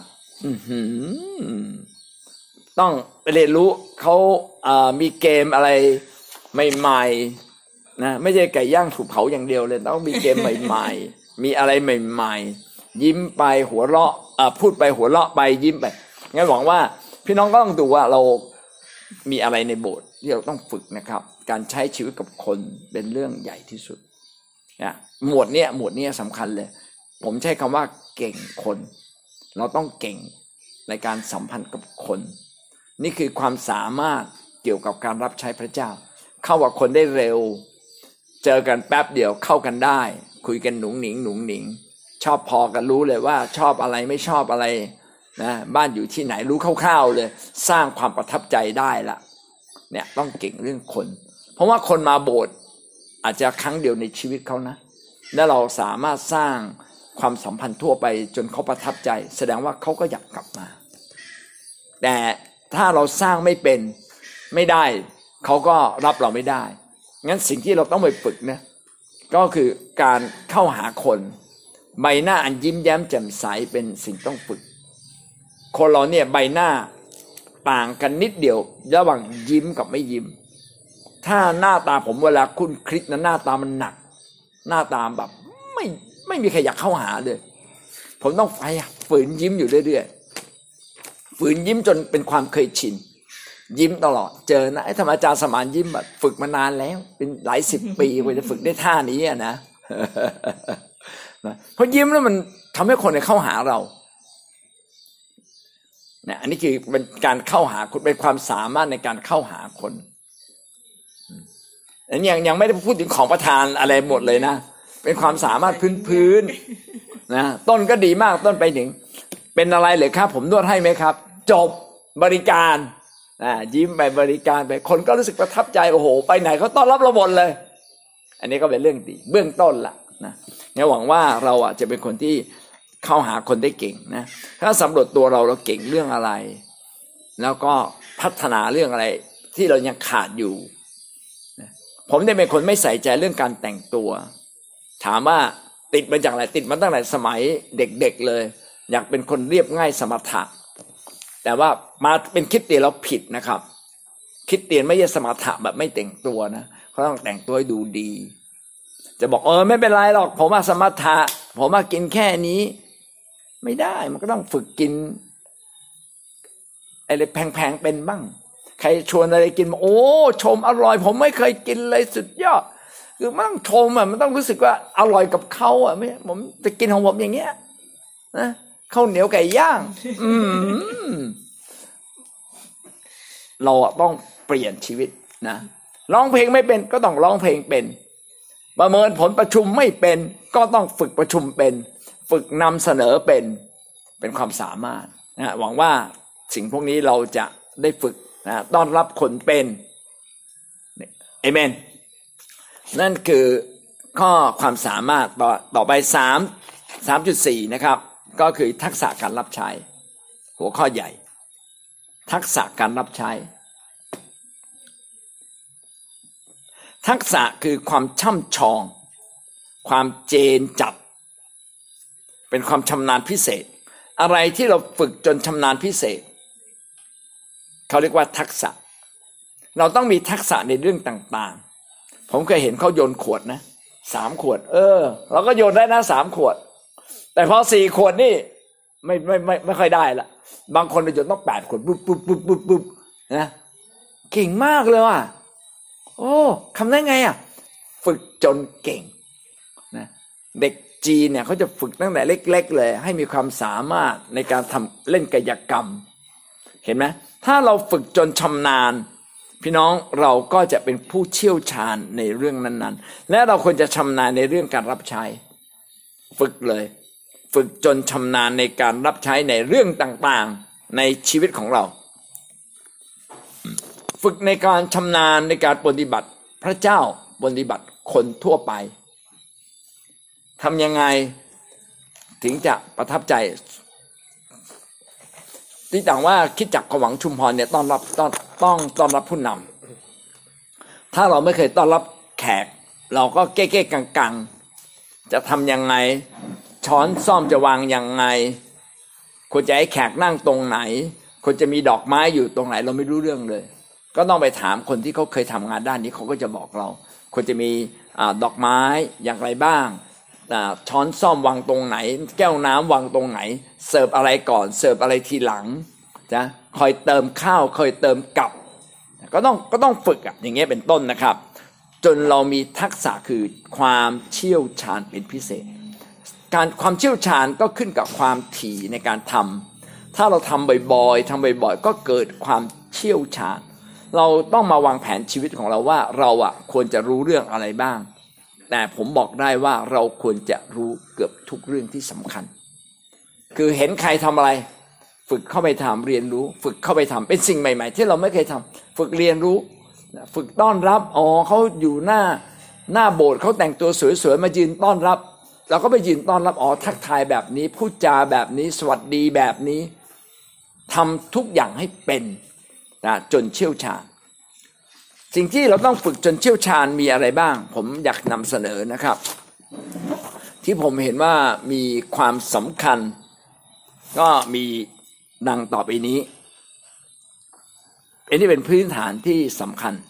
ต้องไปเรียนรู้เขามีเกมอะไรใหม่ๆนะไม่ใช่ไก่ย่างถูกเผาอย่างเดียวเลยต้องมีเกมใหม่ๆมีอะไรใหม่ๆยิ้มไปหัวเราะพูดไปหัวเราะไปยิ้มไปงั้นหวังว่าพี่น้องก็ต้องดูว่าเรามีอะไรในโบสถ์ที่เราต้องฝึกนะครับการใช้ชีวิตกับคนเป็นเรื่องใหญ่ที่สุดนะหมวดเนี้ยหมวดเนี้ยสำคัญเลยผมใช้คำว่าเก่งคนเราต้องเก่งในการสัมพันธ์กับคนนี่คือความสามารถเกี่ยวกับการรับใช้พระเจ้าเข้ากับคนได้เร็วเจอกันแป๊บเดียวเข้ากันได้คุยกันหนุ่งหนิงหนุ่งหนิงชอบพอกันรู้เลยว่าชอบอะไรไม่ชอบอะไรนะบ้านอยู่ที่ไหนรู้คร่าวๆเลยสร้างความประทับใจได้ละเนี่ยต้องเก่งเรื่องคนเพราะว่าคนมาโบสถ์อาจจะครั้งเดียวในชีวิตเขานะและเราสามารถสร้างความสัมพันธ์ทั่วไปจนเขาประทับใจแสดงว่าเขาก็อยากกลับมาแต่ถ้าเราสร้างไม่เป็นไม่ได้เขาก็รับเราไม่ได้งั้นสิ่งที่เราต้องไปฝึกนะก็คือการเข้าหาคนใบหน้าอันยิ้มแย้มแจ่มใสเป็นสิ่งต้องฝึกคนเราเนี่ยใบหน้าต่างกันนิดเดียวระหว่างยิ้มกับไม่ยิ้มถ้าหน้าตาผมเวลาคุณคลิกนะหน้าตามันหนักหน้าตาแบบไม่ไม่มีใครอยากเข้าหาเลยผมต้องไปฝืนยิ้มอยู่เรื่อยๆฝืนยิ้มจนเป็นความเคยชินยิ้มตลอดเจอนะไอ้ธรรมอาจารย์สมานยิ้มแบบฝึกมานานแล้วเป็นหลายสิบปีกว่าจะฝึกได้ท่านี้อ่ะนะเพราะยิ้มแล้วมันทำให้คนเข้าหาเราเนี่ยอันนี้คือเป็นการเข้าหาคนเป็นความสามารถในการเข้าหาคนอันนี้ยังยังไม่ได้พูดถึงของประทานอะไรหมดเลยนะเป็นความสามารถพื้นๆนะต้นก็ดีมากต้นไปถึงเป็นอะไรเลยครับผมนวดให้ไหมครับจบบริการอ่ายิ้มไปบริการไปคนก็รู้สึกประทับใจโอ้โหไปไหนเขาต้อนรับเราหมดเลยอันนี้ก็เป็นเรื่องดีเบื้องต้นละนะงั้นหวังว่าเราอ่ะจะเป็นคนที่เข้าหาคนได้เก่งนะถ้าสำรวจตัวเราเราเก่งเรื่องอะไรแล้วก็พัฒนาเรื่องอะไรที่เรายังขาดอยู่ผมเนี่ยเป็นคนไม่ใส่ใจเรื่องการแต่งตัวถามว่าติดมาจากอะไรติดมาตั้งแต่สมัยเด็กๆเลยอยากเป็นคนเรียบง่ายสมถะแต่ว่ามาเป็นคริสเตียนเราผิดนะครับคริสเตียนไม่ใช่สมถะแบบไม่แต่งตัวนะเขาต้องแต่งตัวให้ดูดีจะบอกเออไม่เป็นไรหรอกผมมาสมถะผมมากินแค่นี้ไม่ได้มันก็ต้องฝึกกินอะไรแพงๆเป็นบ้างใครชวนอะไรกินโอ้ชมอร่อยผมไม่เคยกินเลยสุดยอดคือมันต้องชมอ่ะมันต้องรู้สึกว่าอร่อยกับเขาอ่ะไม่ผมจะกินของผมอย่างเงี้ยนะข้าวเหนียวไก่ย่างอืมเราต้องเปลี่ยนชีวิตนะร้องเพลงไม่เป็นก็ต้องร้องเพลงเป็นประเมินผลประชุมไม่เป็นก็ต้องฝึกประชุมเป็นฝึกนำเสนอเป็นเป็นความสามารถนะหวังว่าสิ่งพวกนี้เราจะได้ฝึกนะต้อนรับคนเป็นเอเมนนั่นคือข้อความสามารถต่อต่อไปสาม สามจุดสี่ นะครับก็คือทักษะการรับใช้หัวข้อใหญ่ทักษะการรับใช้ทักษะคือความช่ำชองความเจนจัดเป็นความชำนาญพิเศษอะไรที่เราฝึกจนชำนาญพิเศษเขาเรียกว่าทักษะเราต้องมีทักษะในเรื่องต่างๆผมเคยเห็นเขาโยนขวดนะสามขวดเออเราก็โยนได้นะสามขวดแต่พอสี่ขวดนี่ไม่ไม่ไม่ไม่ค่อยได้ละบางคนโยนต้องแปดขวดปุ๊บปุ๊บปุ๊บปุ๊บปุ๊บนะเก่งมากเลยว่ะโอ้ทำได้ไงอ่ะฝึกจนเก่งนะเด็กจีนเนี่ยเขาจะฝึกตั้งแต่เล็กๆเลยให้มีความสามารถในการทำเล่นกายกรรมเห็นไหมถ้าเราฝึกจนชำนาญพี่น้องเราก็จะเป็นผู้เชี่ยวชาญในเรื่องนั้นๆและเราควรจะชำนาญในเรื่องการรับใช้ฝึกเลยฝึกจนชำนาญในการรับใช้ในเรื่องต่างๆในชีวิตของเราฝึกในการชำนาญในการปฏิบัติพระเจ้าปฏิบัติคนทั่วไปทำยังไงถึงจะประทับใจที่ต่างว่าคิดจักขวังชุมพรเนี่ยต้อนรับต้องต้องต้อนรับผู้นำถ้าเราไม่เคยต้อนรับแขกเราก็เก๊ๆกังๆจะทำยังไงช้อนซ่อมจะวางยังไงควรจะให้แขกนั่งตรงไหนควรจะมีดอกไม้อยู่ตรงไหนเราไม่รู้เรื่องเลยก็ต้องไปถามคนที่เขาเคยทำงานด้านนี้เขาก็จะบอกเราควรจะมีดอกไม้อย่างไรบ้างช้อนซ่อมวางตรงไหนแก้วน้ำวางตรงไหนเสิร์ฟอะไรก่อนเสิร์ฟอะไรทีหลังจะคอยเติมข้าวคอยเติมกับก็ต้องก็ต้องฝึกอ่ะอย่างเงี้ยเป็นต้นนะครับจนเรามีทักษะคือความเชี่ยวชาญเป็นพิเศษการความเชี่ยวชาญก็ขึ้นกับความถี่ในการทำถ้าเราทำบ่อยๆทำบ่อยๆก็เกิดความเชี่ยวชาญเราต้องมาวางแผนชีวิตของเราว่าเราอ่ะควรจะรู้เรื่องอะไรบ้างแต่ผมบอกได้ว่าเราควรจะรู้เกือบทุกเรื่องที่สำคัญคือเห็นใครทำอะไรฝึกเข้าไปทำเรียนรู้ฝึกเข้าไปทำเป็นสิ่งใหม่ๆที่เราไม่เคยทำฝึกเรียนรู้ฝึกต้อนรับอ๋อเขาอยู่หน้าหน้าโบสถ์เขาแต่งตัวสวยๆมายืนต้อนรับเราก็ไปยืนต้อนรับอ๋อทักทายแบบนี้พูดจาแบบนี้สวัสดีแบบนี้ทำทุกอย่างให้เป็นนะจนเชี่ยวชาญสิ่งที่เราต้องฝึกจนเชี่ยวชาญมีอะไรบ้างผมอยากนำเสนอนะครับที่ผมเห็นว่ามีความสำคัญก็มีดังต่อไปนี้อันนี้เป็นพื้นฐานที่สำคัญ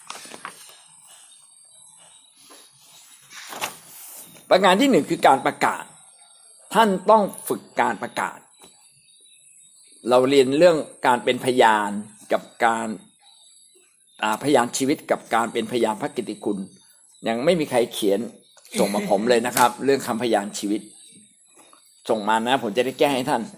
ประการที่หนึ่งคือการประกาศท่านต้องฝึกการประกาศเราเรียนเรื่องการเป็นพยานกับการพยานชีวิตกับการเป็นพยานพระกิตติคุณยังไม่มีใครเขียนส่งมาผมเลยนะครับเรื่องคำพยานชีวิตส่งมานะผมจะได้แก้ให้ท่าน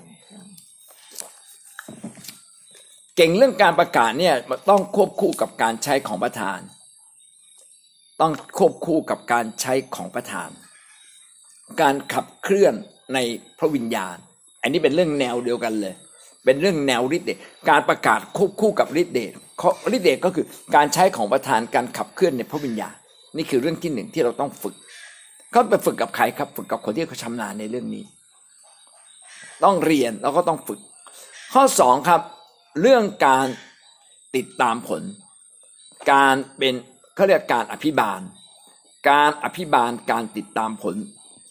เก่งเรื่องการประกาศเนี่ยต้องควบคู่กับการใช้ของประธานต้องควบคู่กับการใช้ของประธานการขับเคลื่อนในพระวิญญาณอันนี้เป็นเรื่องแนวเดียวกันเลยเป็นเรื่องแนวฤทธิ์เดชการประกาศควบคู่กับฤทธิ์เดชฤทธิ์เดชก็คือการใช้ของประธานการขับเคลื่อนในพระวิญญาณนี่คือเรื่องที่หนึ่งที่เราต้องฝึกเขาไปฝึกกับใครครับฝึกกับคนที่เขาชำนาญในเรื่องนี้ต้องเรียนแล้วก็ต้องฝึกข้อสองครับเรื่องการติดตามผลการเป็นเขาเรียกการอภิบาลการอภิบาลการติดตามผล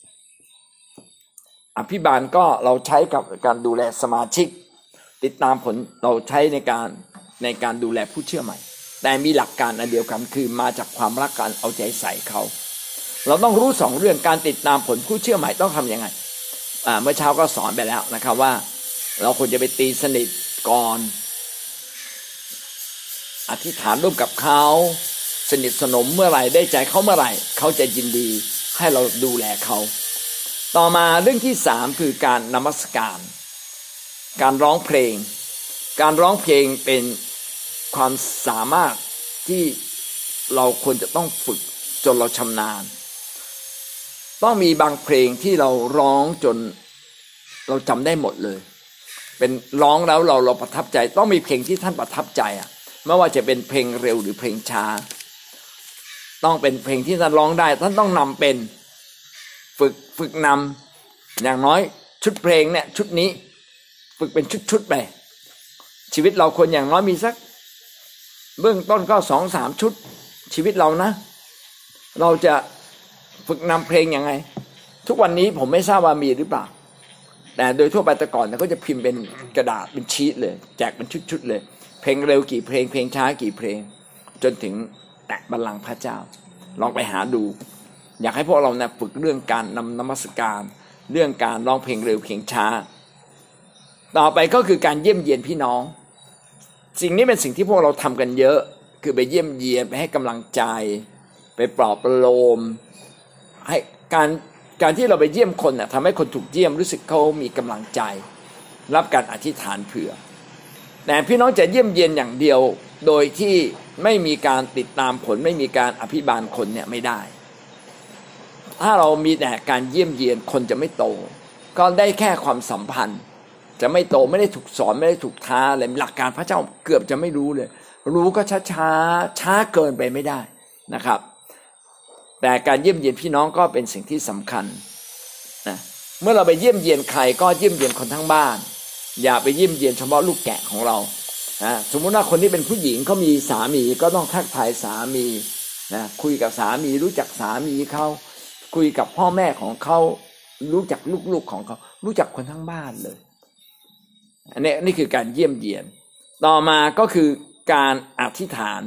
อภิบาลก็เราใช้กับการดูแลสมาชิกติดตามผลเราใช้ในการในการดูแลผู้เชื่อใหม่แต่มีหลักการอันเดียวกันคือมาจากความรักการเอาใจใส่เขาเราต้องรู้สองเรื่องการติดตามผลผู้เชื่อใหม่ต้องทำยังไงอ่าเมื่อเช้าก็สอนไปแล้วนะครับว่าเราควรจะไปตีสนิทก่อนอธิษฐานร่วมกับเขาสนิทสนมเมื่อไหร่ได้ใจเขาเมื่อไหร่เขาจะยินดีให้เราดูแลเขาต่อมาเรื่องที่สามคือการนมัสการการร้องเพลงการร้องเพลงเป็นความสามารถที่เราควรจะต้องฝึกจนเราชำนาญต้องมีบางเพลงที่เราร้องจนเราจำได้หมดเลยเป็นร้องแล้วเราเราประทับใจต้องมีเพลงที่ท่านประทับใจอ่ะไม่ว่าจะเป็นเพลงเร็วหรือเพลงช้าต้องเป็นเพลงที่ท่านร้องได้ท่านต้องนำเป็นฝึกฝึกนำอย่างน้อยชุดเพลงเนี่ยชุดนี้ฝึกเป็นชุดๆไปชีวิตเราควรอย่างน้อยมีสักเบื้องต้นก็สองสามชุดชีวิตเรานะเราจะฝึกนำเพลงยังไงทุกวันนี้ผมไม่ทราบว่ามีหรือเปล่าแต่โดยทั่วไปแต่ก่อนเนี่ยก็จะพิมพ์เป็นกระดาษเป็นชีทเลยแจกเป็นชุดๆเลยเพลงเร็วกี่เพลงเพลงช้ากี่เพลงจนถึงแตะบัลลังก์พระเจ้าลองไปหาดูอยากให้พวกเราเนี่ยฝึกเรื่องการนำนมัสการเรื่องการร้องเพลงเร็วเพลงช้าต่อไปก็คือการเยี่ยมเยียนพี่น้องสิ่งนี้เป็นสิ่งที่พวกเราทำกันเยอะคือไปเยี่ยมเยียนไปให้กำลังใจไปปลอบประโลมให้การการที่เราไปเยี่ยมคนน่ะทำให้คนถูกเยี่ยมรู้สึกเขามีกำลังใจรับการอธิษฐานเผื่อแต่พี่น้องจะเยี่ยมเยียนอย่างเดียวโดยที่ไม่มีการติดตามผลไม่มีการอภิบาลคนเนี่ยไม่ได้ถ้าเรามีแต่การเยี่ยมเยียนคนจะไม่โตก็ได้แค่ความสัมพันธ์จะไม่โตไม่ได้ถูกสอนไม่ได้ถูกท้าอะไรหลักการพระเจ้าเกือบจะไม่รู้เลยรู้ก็ช้าช้าช้าเกินไปไม่ได้นะครับแต่การเยี่ยมเยียนพี่น้องก็เป็นสิ่งที่สำคัญนะเมื่อเราไปเยี่ยมเยียนใครก็เยี่ยมเยียนคนทั้งบ้านอย่าไปเยี่ยมเยียนเฉพาะลูกแกะของเรานะสมมุติว่าคนที่เป็นผู้หญิงเขามีสามีก็ต้องทักทายสามีนะคุยกับสามีรู้จักสามีเขาคุยกับพ่อแม่ของเขารู้จักลูกๆของเขารู้จักคนทั้งบ้านเลยอันนี้นี่คือการเยี่ยมเยียนต่อมาก็คือการอธิษฐาน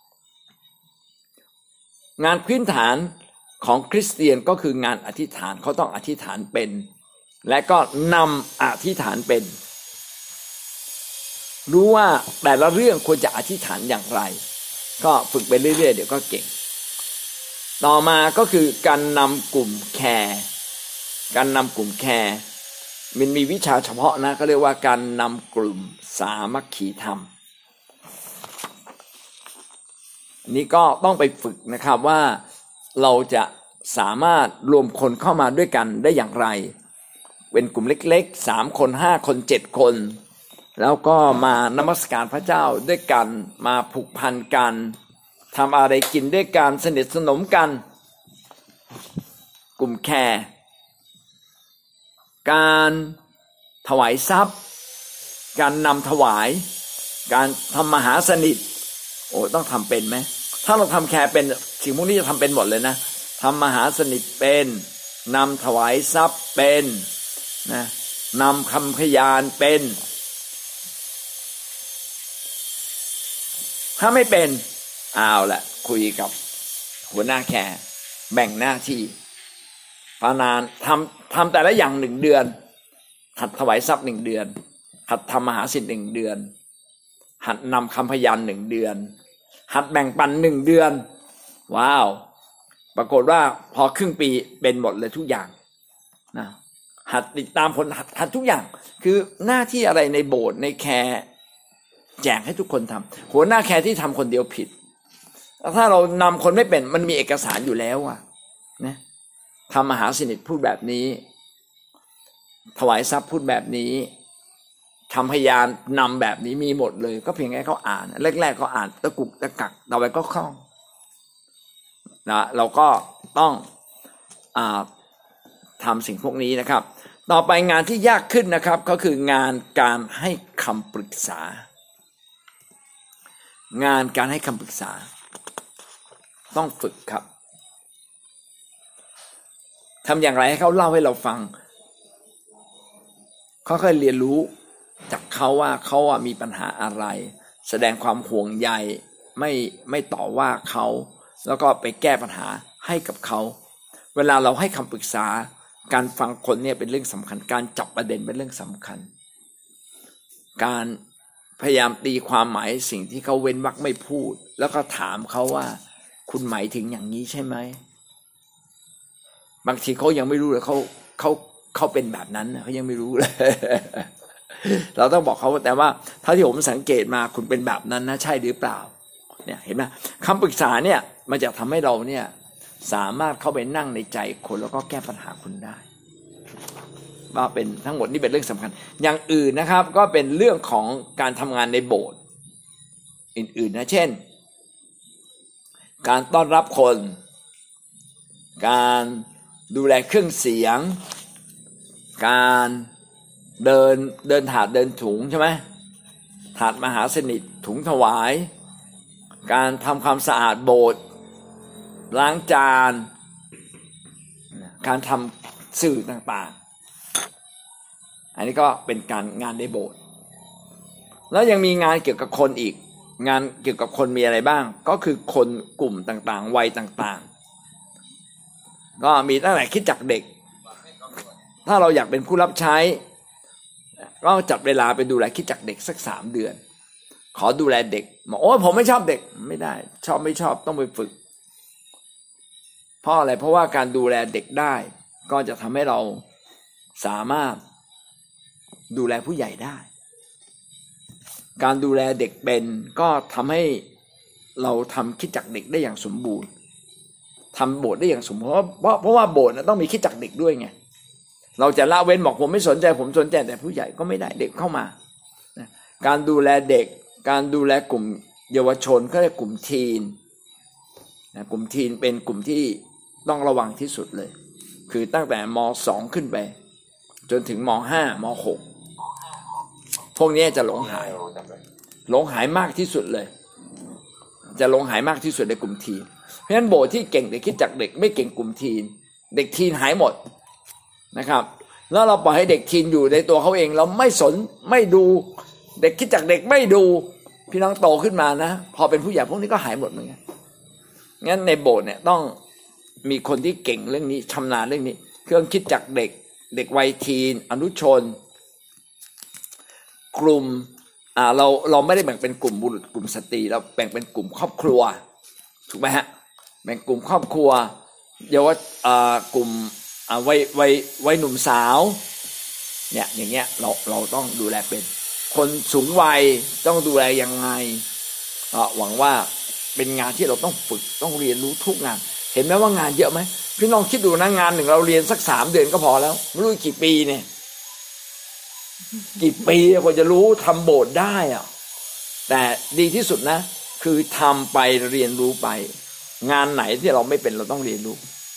งานพื้นฐานของคริสเตียนก็คืองานอธิษฐานเขาต้องอธิษฐานเป็นและก็นำอธิษฐานเป็นรู้ว่าแต่ละเรื่องควรจะอธิษฐานอย่างไรก็ฝึกไปเรื่อยๆเดี๋ยวก็เก่งต่อมาก็คือการนำกลุ่มแคร์การนำกลุ่มแคร์มันมีวิชาเฉพาะนะเขาเรียกว่าการนำกลุ่มสามัคคีธรรมนี่ก็ต้องไปฝึกนะครับว่าเราจะสามารถรวมคนเข้ามาด้วยกันได้อย่างไรเป็นกลุ่มเล็กๆสามคนห้าคนเจ็ดคนแล้วก็มานมัสการพระเจ้าด้วยกันมาผูกพันกันทำอะไรกินด้วยกันสนิทสนมกันกลุ่มแคร์การถวายทรัพย์การนำถวายการทำมหาสนิทโอ้ต้องทำเป็นไหมถ้าเราทำแคร์เป็นสิ่งพวกนี้จะทำเป็นหมดเลยนะทำมหาสนิทเป็นนำถวายทรัพย์เป็นนะนำคำพยานเป็นถ้าไม่เป็นเอาละคุยกับหัวหน้าแคร์แบ่งหน้าที่ปานานทำทำแต่ละอย่างหนึ่งเดือนหัดถวายทรัพย์หนึ่งเดือนหัดทำมหาสิทธิ์หนึ่งเดือนหัดนำคำพยานหนึ่งเดือนหัดแบ่งปันหนึ่งเดือนว้าวปรากฏว่าพอครึ่งปีเป็นหมดเลยทุกอย่างนะหัดติดตามผลหัดหัดทุกอย่างคือหน้าที่อะไรในโบสถ์ในแคร์แจกให้ทุกคนทำหัวหน้าแคร์ที่ทำคนเดียวผิดถ้าเรานำคนไม่เป็นมันมีเอกสารอยู่แล้วอะนะทำมหาสนิทพูดแบบนี้ถวายทรัพย์พูดแบบนี้ทำพยานนำแบบนี้มีหมดเลยก็เพียงแค่เขาอ่านแรกๆเขาอ่านตะกุกตะกักต่อไปก็คล่องนะเราก็ต้องอ่าทำสิ่งพวกนี้นะครับต่อไปงานที่ยากขึ้นนะครับก็คืองานการให้คำปรึกษางานการให้คำปรึกษาต้องฝึกครับทำอย่างไรให้เขาเล่าให้เราฟังเขาค่อยเรียนรู้จากเขาว่าเขาอ่ะมีปัญหาอะไรแสดงความห่วงใยไม่ไม่ต่อว่าเขาแล้วก็ไปแก้ปัญหาให้กับเขาเวลาเราให้คำปรึกษาการฟังคนเนี่ยเป็นเรื่องสำคัญการจับประเด็นเป็นเรื่องสำคัญการพยายามตีความหมายสิ่งที่เขาเว้นวรรคไม่พูดแล้วก็ถามเขาว่าคุณหมายถึงอย่างนี้ใช่ไหมบางทีเขายังไม่รู้เลยเขาเขาเขาเป็นแบบนั้นเขายังไม่รู้เลย เราต้องบอกเขาแต่ว่าเท่าที่ผมสังเกตมาคุณเป็นแบบนั้นนะใช่หรือเปล่าเนี่ยเห็นไหมคำปรึกษาเนี่ยมันจะทำให้เราเนี่ยสามารถเข้าไปนั่งในใจคนแล้วก็แก้ปัญหาคุณได้ว่าเป็นทั้งหมดนี่เป็นเรื่องสำคัญอย่างอื่นนะครับก็เป็นเรื่องของการทำงานในโบสถ์อื่นๆนะเช่นการต้อนรับคนการดูแลเครื่องเสียงการเดินเดินถาดเดินถุงใช่ไหมถาดมหาสนิทถุงถวายการทำความสะอาดโบสถ์ล้างจานการทำสื่อต่างๆอันนี้ก็เป็นการงานในโบสถ์แล้วยังมีงานเกี่ยวกับคนอีกงานเกี่ยวกับคนมีอะไรบ้างก็คือคนกลุ่มต่างๆวัยต่างๆก็มีตั้งแต่คิดจักเด็กถ้าเราอยากเป็นผู้รับใช้ก็จัดเวลาไปดูแลคิดจักเด็กสักสามเดือนขอดูแลเด็กบอกโอ้ผมไม่ชอบเด็กไม่ได้ชอบไม่ชอบต้องไปฝึกเพราะอะไรเพราะว่าการดูแลเด็กได้ก็จะทำให้เราสามารถดูแลผู้ใหญ่ได้การดูแลเด็กเป็นก็ทำให้เราทำคริสตจักรเด็กได้อย่างสมบูรณ์ทำโบสถ์ได้อย่างสมบูรณ์เพราะเพราะเพราะว่าโบสถ์ต้องมีคริสตจักรเด็กด้วยไงเราจะละเว้นบอกผมไม่สนใจผมสนใจแต่ผู้ใหญ่ก็ไม่ได้เด็กเข้ามาการดูแลเด็กการดูแลกลุ่มเยาวชนก็เรียกกลุ่มทีนนะกลุ่มทีนเป็นกลุ่มที่ต้องระวังที่สุดเลยคือตั้งแต่ม.สอง ขึ้นไปจนถึงม.ห้า ม.หก พวกนี้จะหลงหายหลงหายมากที่สุดเลยจะหลงหายมากที่สุดในกลุ่มทีนเพราะฉะนั้นโบสถ์ที่เก่งแต่คิดจักเด็กไม่เก่งกลุ่มทีนเด็กทีนหายหมดนะครับแล้วเราปล่อยให้เด็กทีนอยู่ในตัวเขาเองเราไม่สนไม่ดูเด็กคิดจักเด็กไม่ดูพี่น้องโตขึ้นมานะพอเป็นผู้ใหญ่พวกนี้ก็หายหมดเหมือนกันงั้นในโบสถ์เนี่ยต้องมีคนที่เก่งเรื่องนี้ชำนาญเรื่องนี้เครื่องคิดจักเด็กเด็กวัยทีนอนุชนกลุ่มอ่าเราเราไม่ได้แบ่งเป็นกลุ่มบุรุษกลุ่มสตรีเราแบ่งเป็นกลุ่มครอบครัวถูกไหมฮะแบ่งกลุ่มครอบครัวเยาวชนอ่ากลุ่มอ่าวัยวัยวัยหนุ่มสาวเนี่ยอย่างเงี้ยเราเราต้องดูแลเป็นคนสูงวัยต้องดูแลยังไงก็หวังว่าเป็นงานที่เราต้องฝึกต้องเรียนรู้ทุกงานเห็นไหมว่างานเยอะไหมพี่น้องคิดดูนะงานหนึ่งเราเรียนสักสามเดือนก็พอแล้วไม่รู้กี่ปีเนี่ยกี่ปีกว่าจะรู้ทำโบสถ์ได้อะแต่ดีที่สุดนะคือทำไปเรียนรู้ไปงานไหนที่เราไม่เป็นเราต้องเรียนรู้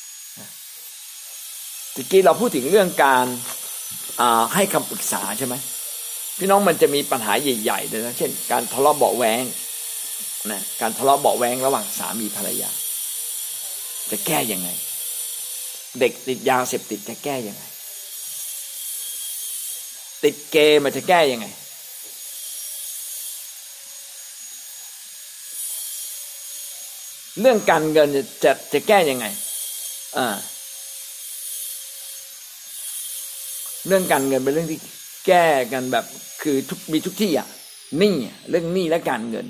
เมื่อกี้เราพูดถึงเรื่องการให้คำปรึกษาใช่ไหมพี่น้องมันจะมีปัญหาใหญ่ๆเลยนะเช่นการทะเลาะเบาะแว้งนะการทะเลาะเบาะแว้งระหว่างสามีภรรยาจะแก้ยังไงเด็กติดยาเสพติดจะแก้ยังไงติดเกมมันจะแก้ยังไงเรื่องการเงินจะจะแก้ยังไงอ่าเรื่องการเงินเป็นเรื่องที่แก้กันแบบคือทุกมีทุกที่อ่ะหนี้เรื่องหนี้และการเงิน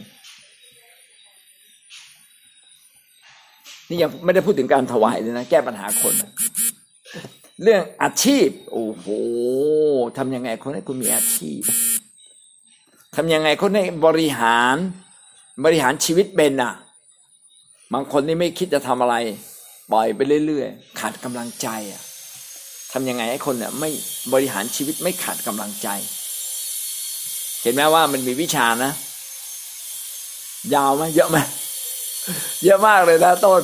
นี่ยังไม่ได้พูดถึงการถวายเลยนะแก้ปัญหาคนเรื่องอาชีพโอ้โหทำยังไงคนให้คุณมีอาชีพทำยังไงคนให้บริหารบริหารชีวิตเป็นอ่ะบางคนนี่ไม่คิดจะทำอะไรปล่อยไปเรื่อยๆขาดกำลังใจอ่ะทำยังไงให้คนเนี่ยไม่บริหารชีวิตไม่ขาดกำลังใจเห็นไหมว่ามันมีวิชานะยาวไหมเยอะไหมเยอะมากเลยนะต้น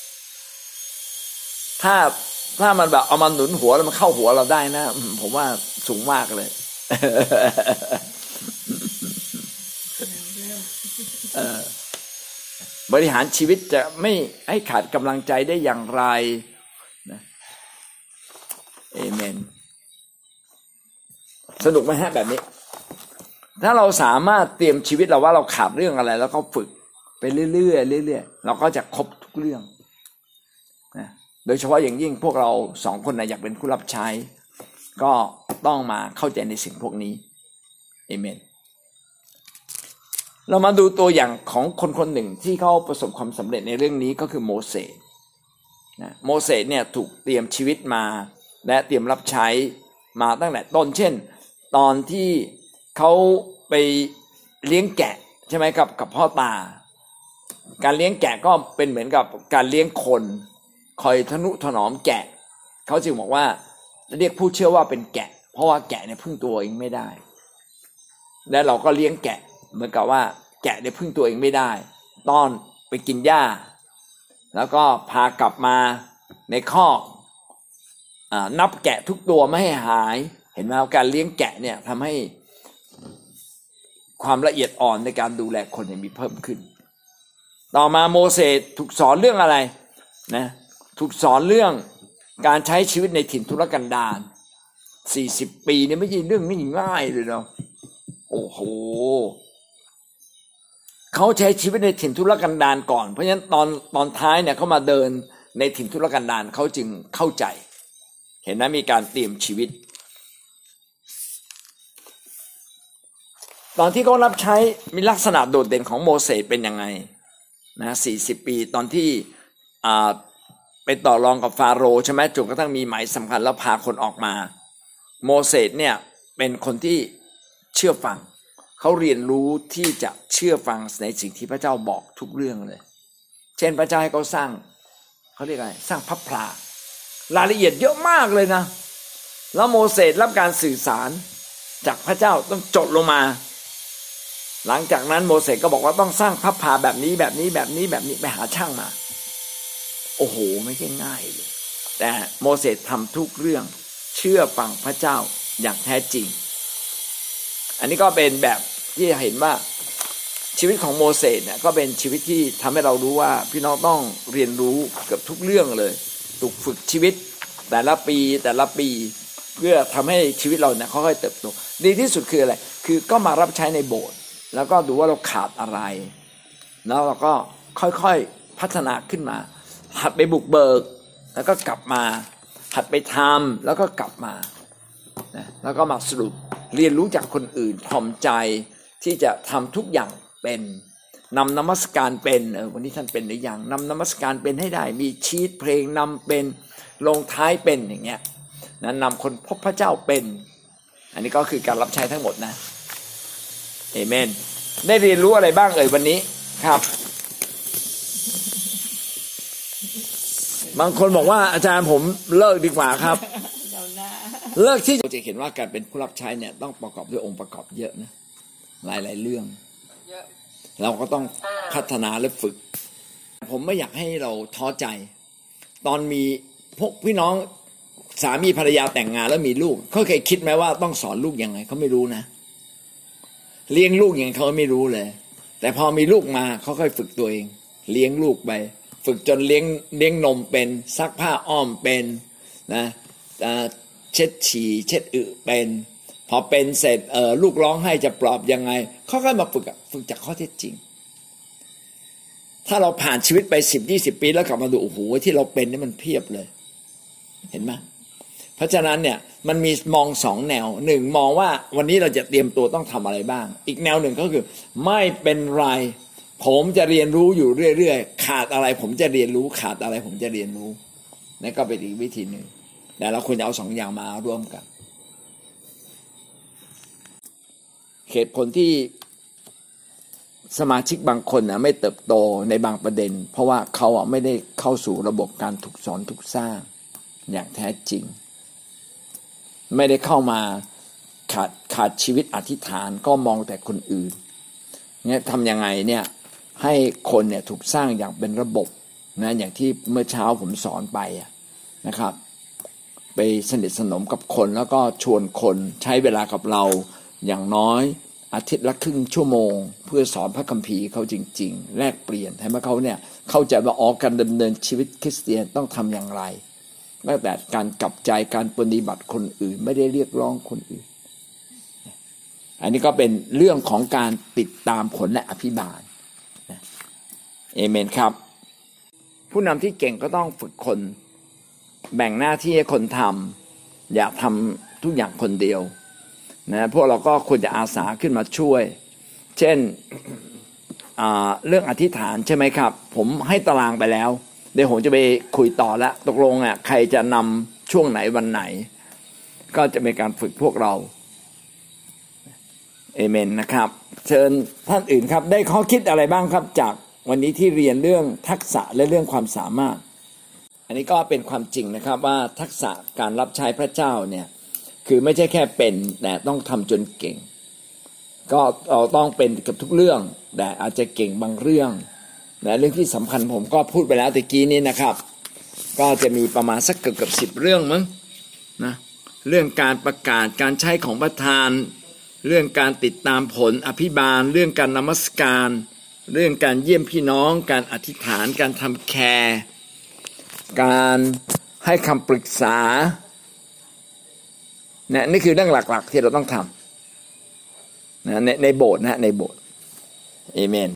ถ้าถ้ามันแบบเอามาหนุนหัวแล้วมันเข้าหัวเราได้นะผมว่าสูงมากเลยเออบริหารชีวิตจะไม่ให้ขาดกำลังใจได้อย่างไรนะเอเมนสนุกไหมฮะแบบนี้ถ้าเราสามารถเตรียมชีวิตเราว่าเราขาดเรื่องอะไรแล้วก็ฝึกไปเรื่อยๆเรื่อยๆเราก็จะครบทุกเรื่องนะโดยเฉพาะอย่างยิ่งพวกเราสองคนนะอยากเป็นผู้รับใช้ก็ต้องมาเข้าใจในสิ่งพวกนี้เอเมนเรามาดูตัวอย่างของคนคนหนึ่งที่เขาประสบความสำเร็จในเรื่องนี้ก็คือโมเสสนะโมเสสเนี่ยถูกเตรียมชีวิตมาและเตรียมรับใช้มาตั้งแต่ต้นเช่นตอนที่เขาไปเลี้ยงแกะใช่ไหมกับกับพ่อตาการเลี้ยงแกะก็เป็นเหมือนกับการเลี้ยงคนคอยทนุถนอมแกะเขาจึงบอกว่าเรียกผู้เชื่อว่าเป็นแกะเพราะว่าแกะเนี่ยพึ่งตัวเองไม่ได้และเราก็เลี้ยงแกะเหมือนกับว่าแกะเนี่ยพึ่งตัวเองไม่ได้ต้อนไปกินหญ้าแล้วก็พากลับมาในคอกนับแกะทุกตัวไม่ให้หายเห็นไหมการเลี้ยงแกะเนี่ยทำให้ความละเอียดอ่อนในการดูแลคนมีเพิ่มขึ้นต่อมาโมเสสถูกสอนเรื่องอะไรนะถูกสอนเรื่องการใช้ชีวิตในถิ่นทุรกันดารสี่สิบปีเนี่ยไม่ใช่เรื่องง่ายเลยเนาะโอ้โหเขาใช้ชีวิตในถิ่นทุรกันดารก่อนเพราะฉะนั้นตอนตอนท้ายเนี่ยเขามาเดินในถิ่นทุรกันดารเขาจึงเข้าใจเห็นไหมมีการเตรียมชีวิตตอนที่เขารับใช้มีลักษณะโดดเด่นของโมเสสเป็นยังไงนะสี่สิบปีตอนที่อ่าไปต่อรองกับฟาโรห์ใช่ไหมจนกระทั่งมีหมายสำคัญแล้วพาคนออกมาโมเสสเนี่ยเป็นคนที่เชื่อฟังเขาเรียนรู้ที่จะเชื่อฟังในสิ่งที่พระเจ้าบอกทุกเรื่องเลยเช่นพระเจ้าให้เขาสร้างเขาเรียกอะไรสร้างพระพลารายละเอียดเยอะมากเลยนะแล้วโมเสสรับการสื่อสารจากพระเจ้าต้องจดลงมาหลังจากนั้นโมเสสก็บอกว่าต้องสร้างพระพลาแบบนี้แบบนี้แบบนี้แบบนี้ไปหาช่างมาโอ้โหไม่ใช่ง่ายเลยแต่โมเสสทำทุกเรื่องเชื่อฟังพระเจ้าอย่างแท้จริงอันนี้ก็เป็นแบบที่เห็นว่าชีวิตของโมเสสเนี่ยก็เป็นชีวิตที่ทำให้เรารู้ว่าพี่น้องต้องเรียนรู้เกือบทุกเรื่องเลยถูกฝึกชีวิตแต่ละปีแต่ละปีเพื่อทำให้ชีวิตเราเนี่ยค่อยๆเติบโตดีที่สุดคืออะไรคือก็มารับใช้ในโบสถ์แล้วก็ดูว่าเราขาดอะไรแล้วเราก็ค่อยๆพัฒนาขึ้นมาหัดไปบุกเบิกแล้วก็กลับมาหัดไปทำแล้วก็กลับมานะแล้วก็มาสรุปเรียนรู้จากคนอื่นถ่อมใจที่จะทำทุกอย่างเป็นนำนมัสการเป็นเออวันนี้ท่านเป็นหรือยังนำนมัสการเป็นให้ได้มีชีทเพลงนำเป็นลงท้ายเป็นอย่างเงี้ยนะนำคนพบพระเจ้าเป็นอันนี้ก็คือการรับใช้ทั้งหมดนะเอเมนได้เรียนรู้อะไรบ้างเอ่ยวันนี้ครับบางคนบอกว่าอาจารย์ผมเลิกดีกว่าครับเลิกที่จะเห็นว่าการเป็นผู้รับใช้เนี่ยต้องประกอบด้วยองค์ประกอบเยอะนะหลายๆเรื่องเราก็ต้องพัฒนาและฝึกผมไม่อยากให้เราท้อใจตอนมีพวกพี่น้องสามีภรรยาแต่งงานแล้วมีลูกเขาเคยคิดไหมว่าต้องสอนลูกยังไงเขาไม่รู้นะเลี้ยงลูกอย่างเขาไม่รู้เลยแต่พอมีลูกมาเขาค่อยฝึกตัวเองเลี้ยงลูกไปฝึกจนเลี้ยงเลี้ยงนมเป็นซักผ้าอ้อมเป็นนะเช็ดฉี่เช็ดอึเป็นพอเป็นเสร็จเออลูกร้องไห้จะปลอบยังไงเขาก็มาฝึกฝึกจากข้อเท็จจริงถ้าเราผ่านชีวิตไปสิบยี่สิบปีแล้วกลับมาดูโอ้โหที่เราเป็นนี่มันเพียบเลยเห็นไหมเพราะฉะนั้นเนี่ยมันมีมองสองแนวหนึ่งมองว่าวันนี้เราจะเตรียมตัวต้องทำอะไรบ้างอีกแนวหนึ่งก็คือไม่เป็นไรผมจะเรียนรู้อยู่เรื่อยๆขาดอะไรผมจะเรียนรู้ขาดอะไรผมจะเรียนรู้นั่นก็เป็นอีกวิธีหนึ่งแต่เราควรจะเอาสองอย่างมาร่วมกันเหตุผลที่สมาชิกบางคนนะไม่เติบโตในบางประเด็นเพราะว่าเขาอ่ะไม่ได้เข้าสู่ระบบการถูกสอนถูกสร้างอย่างแท้จริงไม่ได้เข้ามาขาดขาดชีวิตอธิษฐานก็มองแต่คนอื่นเนี่ยทำยังไงเนี่ยให้คนเนี่ยถูกสร้างอย่างเป็นระบบนะอย่างที่เมื่อเช้าผมสอนไปนะครับไปสนิทสนมกับคนแล้วก็ชวนคนใช้เวลากับเราอย่างน้อยอาทิตย์ละครึ่งชั่วโมงเพื่อสอนพระคัมภีร์เขาจริงๆแลกเปลี่ยนให้เขาเนี่ยเข้าใจว่าอ๋อการดำเนินชีวิตคริสเตียนต้องทำอย่างไรแม้แต่การกลับใจการปฏิบัติคนอื่นไม่ได้เรียกร้องคนอื่นอันนี้ก็เป็นเรื่องของการติดตามผลและอภิบาลเอเมนครับผู้นำที่เก่งก็ต้องฝึกคนแบ่งหน้าที่ให้คนทำอย่าทำทุกอย่างคนเดียวนะพวกเราก็ควรจะอาสาขึ้นมาช่วยเช่นเรื่องอธิษฐานใช่ไหมครับผมให้ตารางไปแล้วเดี๋ยวผมจะไปคุยต่อแล้วตกลงอ่ะใครจะนำช่วงไหนวันไหนก็จะเป็นการฝึกพวกเราเอเมนนะครับเชิญท่านอื่นครับได้ข้อคิดอะไรบ้างครับจากวันนี้ที่เรียนเรื่องทักษะและเรื่องความสามารถอันนี้ก็เป็นความจริงนะครับว่าทักษะการรับใช้พระเจ้าเนี่ยคือไม่ใช่แค่เป็นแต่ต้องทำจนเก่งก็เราต้องเป็นกับทุกเรื่องแต่อาจจะเก่งบางเรื่องและเรื่องที่สำคัญผมก็พูดไปแล้วตะกี้นี้นะครับก็จะมีประมาณสักเกือบเกือบสิบเรื่องมั้งนะเรื่องการประกาศการใช้ของประธานเรื่องการติดตามผลอภิบาลเรื่องการนมัสการเรื่องการเยี่ยมพี่น้องการอธิษฐานการทำแคร์การให้คำปรึกษาเนี่ยนี่คือเรื่องหลักๆที่เราต้องทำนะในในโบสถ์นะในโบสถ์เอเมน